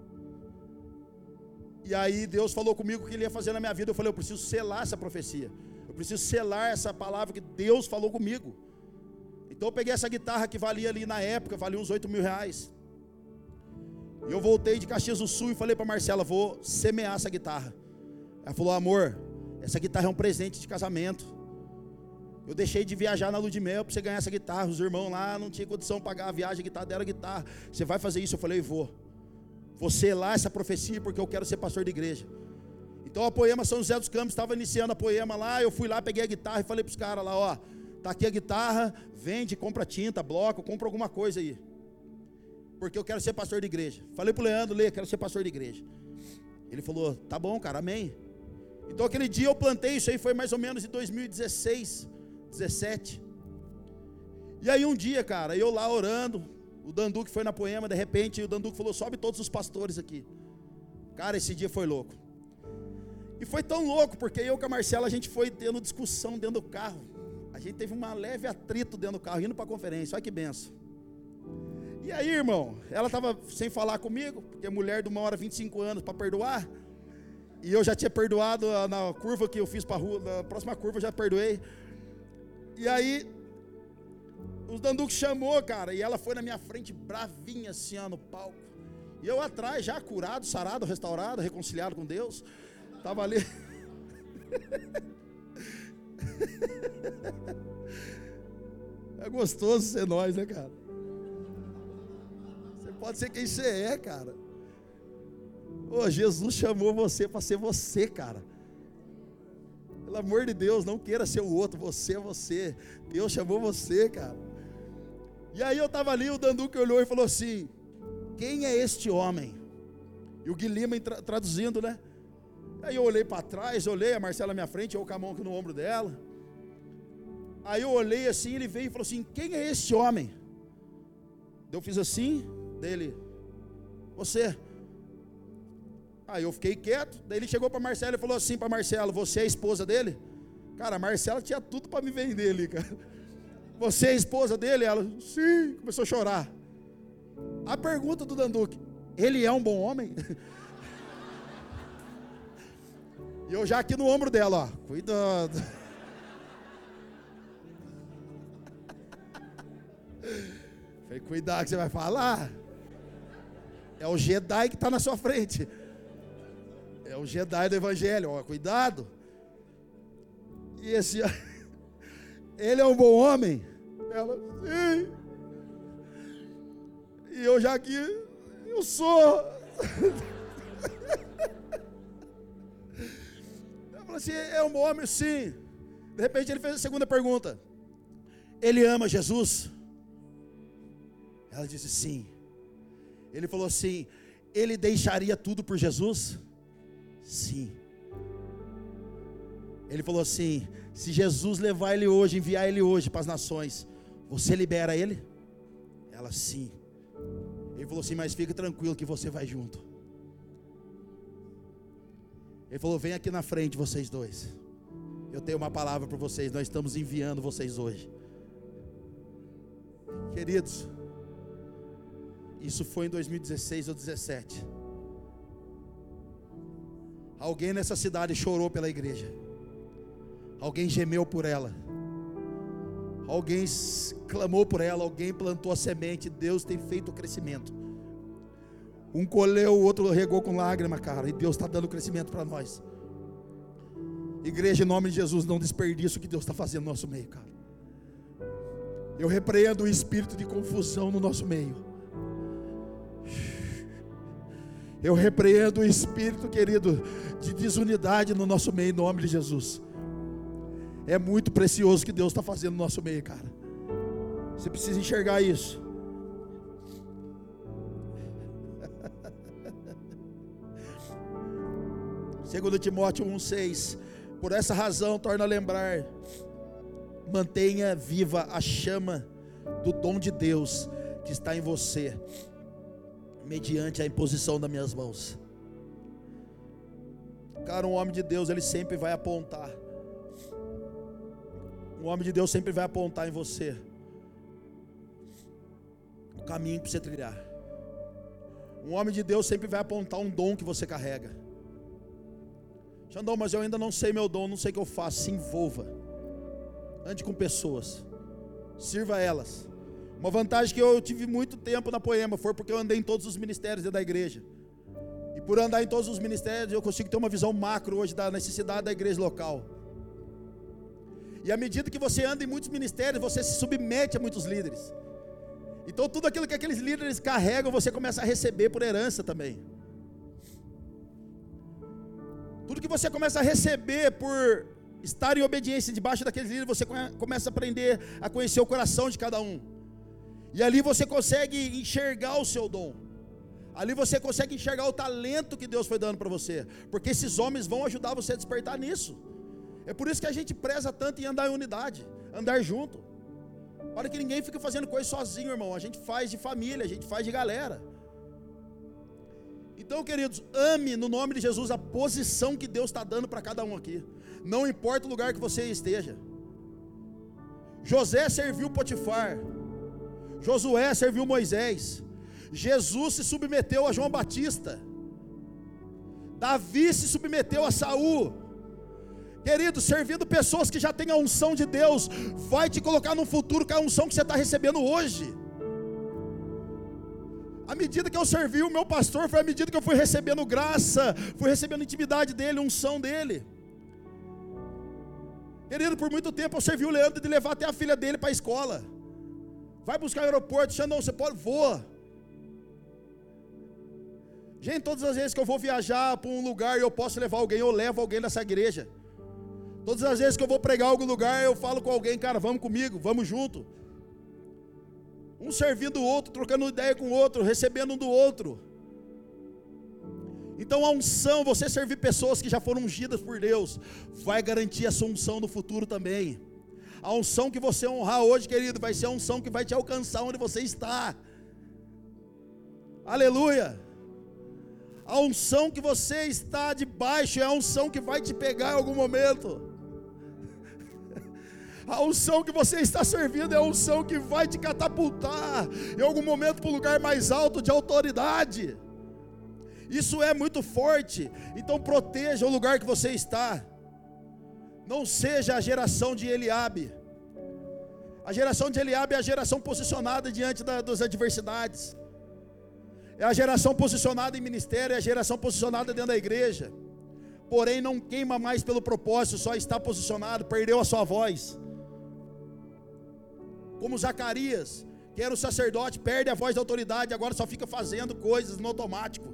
E aí Deus falou comigo o que Ele ia fazer na minha vida. Eu falei: eu preciso selar essa profecia, eu preciso selar essa palavra que Deus falou comigo. Então eu peguei essa guitarra que valia ali na época, valia uns oito mil reais. E eu voltei de Caxias do Sul e falei para Marcela: vou semear essa guitarra. Ela falou: amor, essa guitarra é um presente de casamento. Eu deixei de viajar na lua de mel para você ganhar essa guitarra. Os irmãos lá não tinham condição de pagar a viagem, a guitarra deram a guitarra. Você vai fazer isso? Eu falei: vou. Vou selar essa profecia porque eu quero ser pastor de igreja. Então a Poema São José dos Campos estava iniciando a Poema lá. Eu fui lá, peguei a guitarra e falei para os caras lá: ó, tá aqui a guitarra, vende, compra tinta, bloco, compra alguma coisa aí, porque eu quero ser pastor de igreja. Falei para o Leandro: Lê, quero ser pastor de igreja. Ele falou: tá bom, cara, amém. Então aquele dia eu plantei isso aí, foi mais ou menos em dois mil e dezesseis, dezessete. E aí um dia, cara, eu lá orando, o Danduque foi na Poema, de repente o Danduque falou: sobe todos os pastores aqui. Cara, esse dia foi louco. E foi tão louco, porque eu com a Marcela, a gente foi tendo discussão dentro do carro. A gente teve uma leve atrito dentro do carro, indo para a conferência. Olha que benção. E aí, irmão, ela estava sem falar comigo, porque mulher de uma hora vinte e cinco anos para perdoar. E eu já tinha perdoado na curva que eu fiz para a rua, na próxima curva eu já perdoei. E aí, o Danduque chamou, cara, e ela foi na minha frente bravinha assim, ó, no palco. E eu atrás, já curado, sarado, restaurado, reconciliado com Deus. Estava ali. É gostoso ser nós, né, cara? Você pode ser quem você é, cara. Ô, Jesus chamou você para ser você, cara. Pelo amor de Deus, não queira ser o outro, você é você. Deus chamou você, cara. E aí eu estava ali, o Danduque olhou e falou assim: quem é este homem? E o Guilherme tra- traduzindo, né? Aí eu olhei para trás, olhei a Marcela à minha frente, eu com a mão aqui no ombro dela. Aí eu olhei assim, ele veio e falou assim: quem é esse homem? Eu fiz assim, dele, você. Aí eu fiquei quieto, daí ele chegou para Marcela e falou assim para Marcela: você é a esposa dele? Cara, a Marcela tinha tudo para me vender ali, cara. Você é a esposa dele? Ela, sim, começou a chorar. A pergunta do Danduque: ele é um bom homem? E eu já aqui no ombro dela, ó, cuidado. Falei, cuidado que você vai falar. É o Jedi que está na sua frente. É o Jedi do Evangelho, ó, cuidado. E esse, ele é um bom homem? Ela, sim. E eu já aqui, eu sou. Eu falei assim, é um bom homem? Sim. De repente ele fez a segunda pergunta: ele ama Jesus? Ela disse sim. Ele falou assim: ele deixaria tudo por Jesus? Sim. Ele falou assim: se Jesus levar ele hoje, enviar ele hoje para as nações, você libera ele? Ela, sim. Ele falou assim: mas fica tranquilo que você vai junto. Ele falou: vem aqui na frente vocês dois, eu tenho uma palavra para vocês, nós estamos enviando vocês hoje. Queridos, isso foi em dois mil e dezesseis ou dezessete. Alguém nessa cidade chorou pela igreja. Alguém gemeu por ela. Alguém clamou por ela. Alguém plantou a semente. Deus tem feito o crescimento. Um colheu, o outro regou com lágrima, cara. E Deus está dando crescimento para nós. Igreja, em nome de Jesus, não desperdiça o que Deus está fazendo no nosso meio, cara. Eu repreendo o espírito de confusão no nosso meio. Eu repreendo o espírito, querido, de desunidade no nosso meio, em nome de Jesus. É muito precioso o que Deus está fazendo no nosso meio, cara. Você precisa enxergar isso. Segundo Timóteo um, seis. Por essa razão, torna a lembrar, mantenha viva a chama do dom de Deus que está em você, mediante a imposição das minhas mãos. Cara, um homem de Deus, ele sempre vai apontar. Um homem de Deus sempre vai apontar em você o caminho para você trilhar. Um homem de Deus sempre vai apontar um dom que você carrega. Xandão, mas eu ainda não sei meu dom, não sei o que eu faço. Se envolva. Ande com pessoas. Sirva elas. Uma vantagem que eu tive muito tempo na Poema foi porque eu andei em todos os ministérios dentro da igreja. E por andar em todos os ministérios, eu consigo ter uma visão macro hoje da necessidade da igreja local. E à medida que você anda em muitos ministérios, você se submete a muitos líderes. Então tudo aquilo que aqueles líderes carregam, você começa a receber por herança também. Tudo que você começa a receber por estar em obediência debaixo daqueles líderes, você começa a aprender a conhecer o coração de cada um. E ali você consegue enxergar o seu dom. Ali você consegue enxergar o talento que Deus foi dando para você. Porque esses homens vão ajudar você a despertar nisso. É por isso que a gente preza tanto em andar em unidade, andar junto. Para que ninguém fique fazendo coisa sozinho, irmão. A gente faz de família, a gente faz de galera. Então, queridos, ame no nome de Jesus a posição que Deus está dando para cada um aqui. Não importa o lugar que você esteja. José serviu Potifar. Josué serviu Moisés. Jesus se submeteu a João Batista. Davi se submeteu a Saul. Querido, servindo pessoas que já têm a unção de Deus, vai te colocar no futuro com a unção que você está recebendo hoje. À medida que eu servi o meu pastor, foi à medida que eu fui recebendo graça, fui recebendo intimidade dele, unção dele. Querido, por muito tempo eu servi o Leandro de levar até a filha dele para a escola. Vai buscar o aeroporto, Xandão, você pode? Voa. Gente, todas as vezes que eu vou viajar para um lugar e eu posso levar alguém, eu levo alguém nessa igreja. Todas as vezes que eu vou pregar em algum lugar, eu falo com alguém, cara, vamos comigo, vamos junto. Um servindo o outro, trocando ideia com o outro, recebendo um do outro. Então a unção, você servir pessoas que já foram ungidas por Deus, vai garantir a sua unção no futuro também. A unção que você honrar hoje, querido, vai ser a unção que vai te alcançar onde você está. Aleluia. A unção que você está debaixo é a unção que vai te pegar em algum momento. A unção que você está servindo é a unção que vai te catapultar em algum momento para um lugar mais alto de autoridade. Isso é muito forte. Então proteja o lugar que você está. Não seja a geração de Eliabe. A geração de Eliabe é a geração posicionada diante da, das adversidades. É a geração posicionada em ministério, é a geração posicionada dentro da igreja. Porém não queima mais pelo propósito, só está posicionado, perdeu a sua voz. Como Zacarias, que era o sacerdote, perde a voz da autoridade, agora só fica fazendo coisas no automático.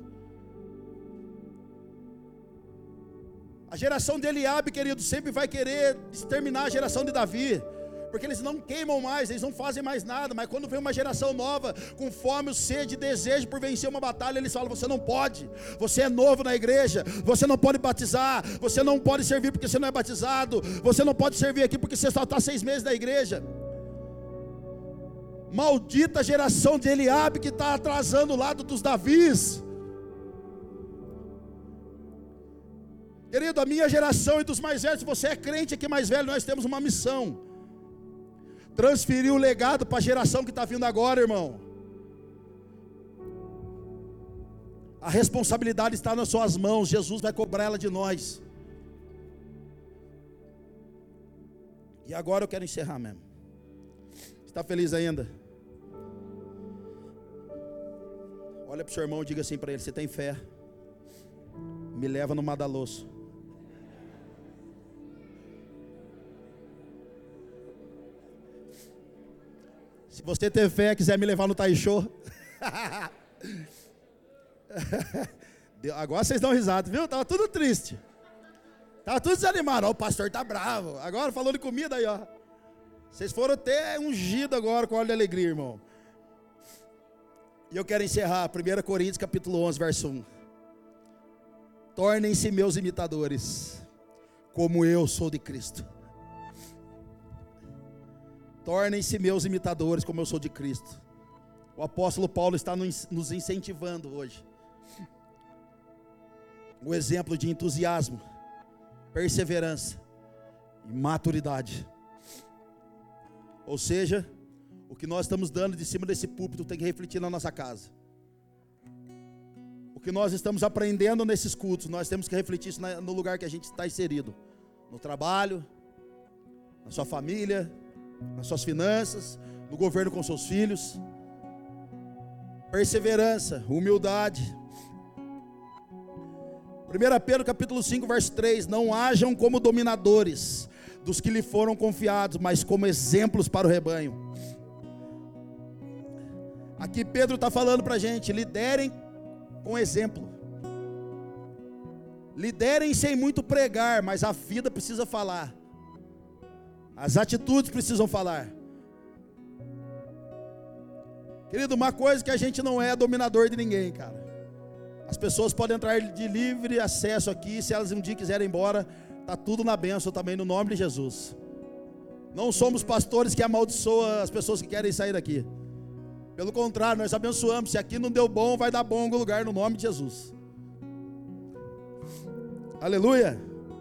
A geração de Eliabe, querido, sempre vai querer exterminar a geração de Davi, porque eles não queimam mais, eles não fazem mais nada. Mas quando vem uma geração nova, com fome, sede, desejo por vencer uma batalha, eles falam: você não pode, você é novo na igreja, você não pode batizar, você não pode servir porque você não é batizado, você não pode servir aqui porque você só está seis meses na igreja. Maldita geração de Eliabe que está atrasando o lado dos Davis. Querido, a minha geração e dos mais velhos, se você é crente aqui mais velho, nós temos uma missão: transferir o legado para a geração que está vindo agora, irmão. A responsabilidade está nas suas mãos, Jesus vai cobrar ela de nós. E agora eu quero encerrar mesmo. Está feliz ainda? Olha para o seu irmão e diga assim para ele: você tem fé? Me leva no Madaloso. Se você ter fé, quiser me levar no Taishô. Agora vocês dão risada, viu? Estava tudo triste. Estava tudo desanimado. Ó, o pastor está bravo. Agora falou de comida aí, ó. Vocês foram até ungidos agora com óleo de alegria, irmão. E eu quero encerrar. primeira Coríntios capítulo onze, verso um. Tornem-se meus imitadores, como eu sou de Cristo. Tornem-se meus imitadores, como eu sou de Cristo. O apóstolo Paulo está nos incentivando hoje. O exemplo de entusiasmo, perseverança e maturidade. Ou seja, o que nós estamos dando de cima desse púlpito tem que refletir na nossa casa. O que nós estamos aprendendo nesses cultos, nós temos que refletir isso no lugar que a gente está inserido. No trabalho, na sua família, nas suas finanças, no governo com seus filhos. Perseverança, humildade. primeira Pedro capítulo cinco, verso três. Não hajam como dominadores dos que lhe foram confiados, mas como exemplos para o rebanho. Aqui Pedro está falando para a gente: liderem com exemplo. Liderem sem muito pregar, mas a vida precisa falar. As atitudes precisam falar. Querido, uma coisa que a gente não é dominador de ninguém, cara. As pessoas podem entrar de livre acesso aqui. Se elas um dia quiserem ir embora, está tudo na bênção também, no nome de Jesus. Não somos pastores que amaldiçoam as pessoas que querem sair daqui. Pelo contrário, nós abençoamos. Se aqui não deu bom, vai dar bom em algum lugar, no nome de Jesus. Aleluia.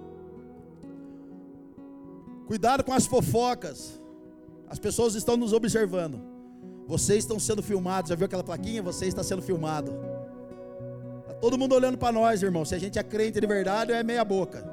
Cuidado com as fofocas. As pessoas estão nos observando. Vocês estão sendo filmados. Já viu aquela plaquinha? Você está sendo filmado. Está todo mundo olhando para nós, irmão. Se a gente é crente de verdade ou é meia boca.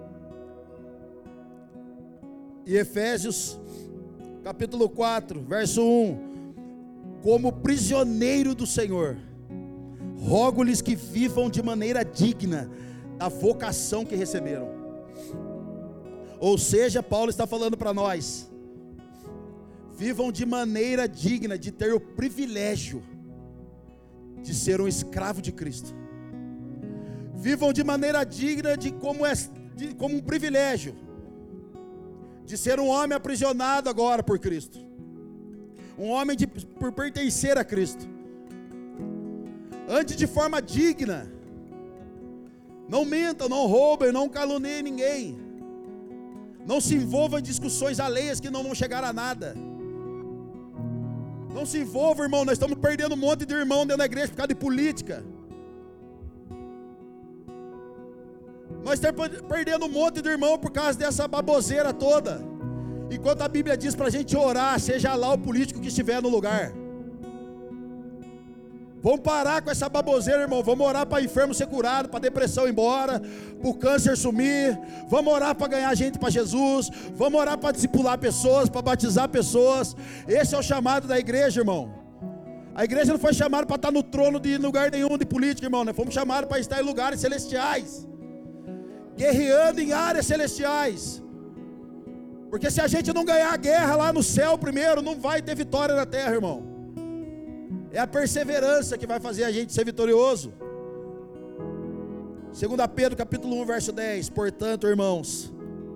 E Efésios capítulo quatro, verso um. Como prisioneiro do Senhor, rogo-lhes que vivam de maneira digna da vocação que receberam. Ou seja, Paulo está falando para nós: vivam de maneira digna de ter o privilégio de ser um escravo de Cristo. Vivam de maneira digna de como, é, de, como um privilégio de ser um homem aprisionado agora por Cristo, um homem de, por pertencer a Cristo. Ande de forma digna. Não mintam, não roubem, não caluniem ninguém. Não se envolva em discussões alheias que não vão chegar a nada. Não se envolva, irmão. Nós estamos perdendo um monte de irmão dentro da igreja por causa de política. Nós estamos perdendo um monte de irmão por causa dessa baboseira toda. Enquanto a Bíblia diz para a gente orar, seja lá o político que estiver no lugar. Vamos parar com essa baboseira, irmão. Vamos orar para enfermo ser curado, para depressão ir embora, para o câncer sumir. Vamos orar para ganhar gente para Jesus. Vamos orar para discipular pessoas, para batizar pessoas. Esse é o chamado da igreja, irmão. A igreja não foi chamada para estar no trono de lugar nenhum de política, irmão. Nós fomos chamados para estar em lugares celestiais, guerreando em áreas celestiais. Porque se a gente não ganhar a guerra lá no céu primeiro, não vai ter vitória na terra, irmão. É a perseverança que vai fazer a gente ser vitorioso. Segunda Pedro capítulo um, verso dez. Portanto, irmãos,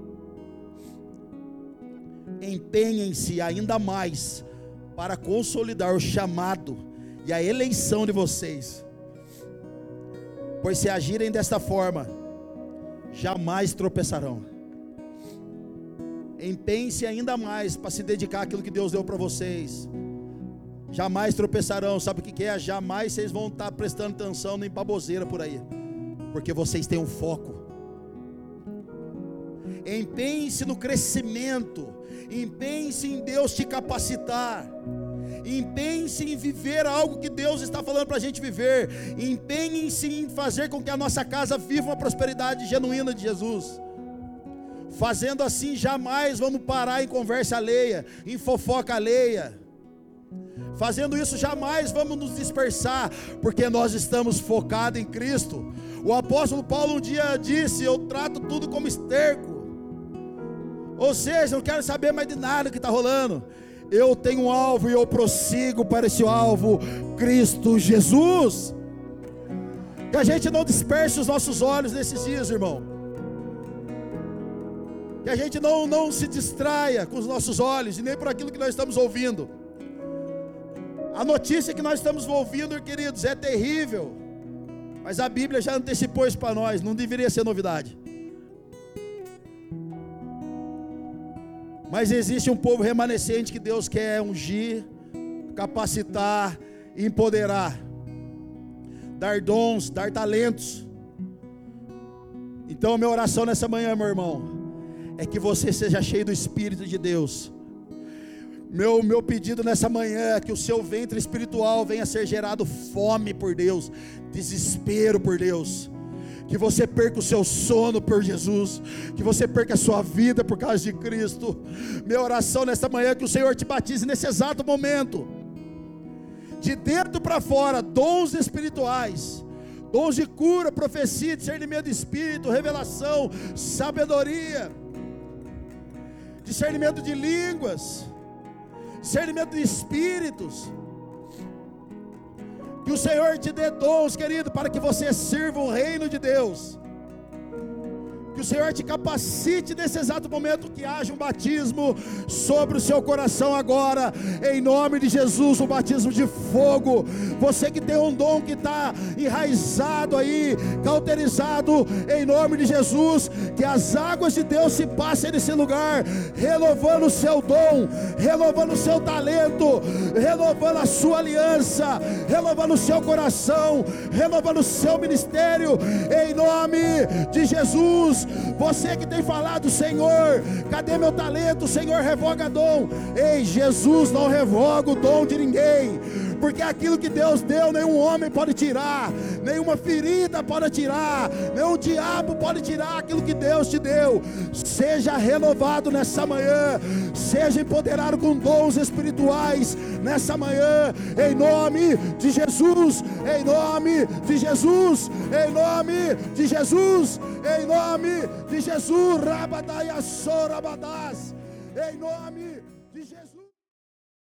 empenhem-se ainda mais para consolidar o chamado e a eleição de vocês. Pois se agirem desta forma, jamais tropeçarão. Empenhem-se ainda mais para se dedicar àquilo que Deus deu para vocês. Jamais tropeçarão. Sabe o que é? Jamais vocês vão estar prestando atenção nem baboseira por aí, porque vocês têm um foco. Empenhe-se no crescimento. Empenhe-se em Deus te capacitar. Empenhe-se em viver algo que Deus está falando para a gente viver. Empenhe-se em fazer com que a nossa casa viva uma prosperidade genuína de Jesus. Fazendo assim, jamais vamos parar em conversa alheia, em fofoca alheia. Fazendo isso, jamais vamos nos dispersar, porque nós estamos focados em Cristo. O apóstolo Paulo um dia disse: eu trato tudo como esterco. Ou seja, não quero saber mais de nada que está rolando. Eu tenho um alvo e eu prossigo para esse alvo, Cristo Jesus. Que a gente não disperse os nossos olhos nesses dias, irmão. Que a gente não, não se distraia com os nossos olhos e nem por aquilo que nós estamos ouvindo. A notícia que nós estamos ouvindo, queridos, é terrível, mas a Bíblia já antecipou isso para nós, não deveria ser novidade. Mas existe um povo remanescente que Deus quer ungir, capacitar, empoderar, dar dons, dar talentos. Então a minha oração nessa manhã, meu irmão, é que você seja cheio do Espírito de Deus. Meu, meu pedido nessa manhã é que o seu ventre espiritual venha a ser gerado fome por Deus, desespero por Deus. Que você perca o seu sono por Jesus, que você perca a sua vida por causa de Cristo. Minha oração nesta manhã é que o Senhor te batize nesse exato momento, de dentro para fora, dons espirituais, dons de cura, profecia, discernimento de espírito, revelação, sabedoria, discernimento de línguas, discernimento de espíritos. Que o Senhor te dê dons, querido, para que você sirva o reino de Deus. Que o Senhor te capacite nesse exato momento, que haja um batismo sobre o seu coração agora, em nome de Jesus, um batismo de fogo. Você que tem um dom que está enraizado aí, cauterizado, em nome de Jesus, que as águas de Deus se passem nesse lugar, renovando o seu dom, renovando o seu talento, renovando a sua aliança, renovando o seu coração, renovando o seu ministério, em nome de Jesus. Você que tem falado: Senhor, cadê meu talento? Senhor, revoga dom. Ei, Jesus não revoga o dom de ninguém, porque aquilo que Deus deu, nenhum homem pode tirar, nenhuma ferida pode tirar, nenhum diabo pode tirar aquilo que Deus te deu. Seja renovado nessa manhã, seja empoderado com dons espirituais nessa manhã, em nome de Jesus, em nome de Jesus, em nome de Jesus, em nome de Jesus. Rabadai Assorabadás, em nome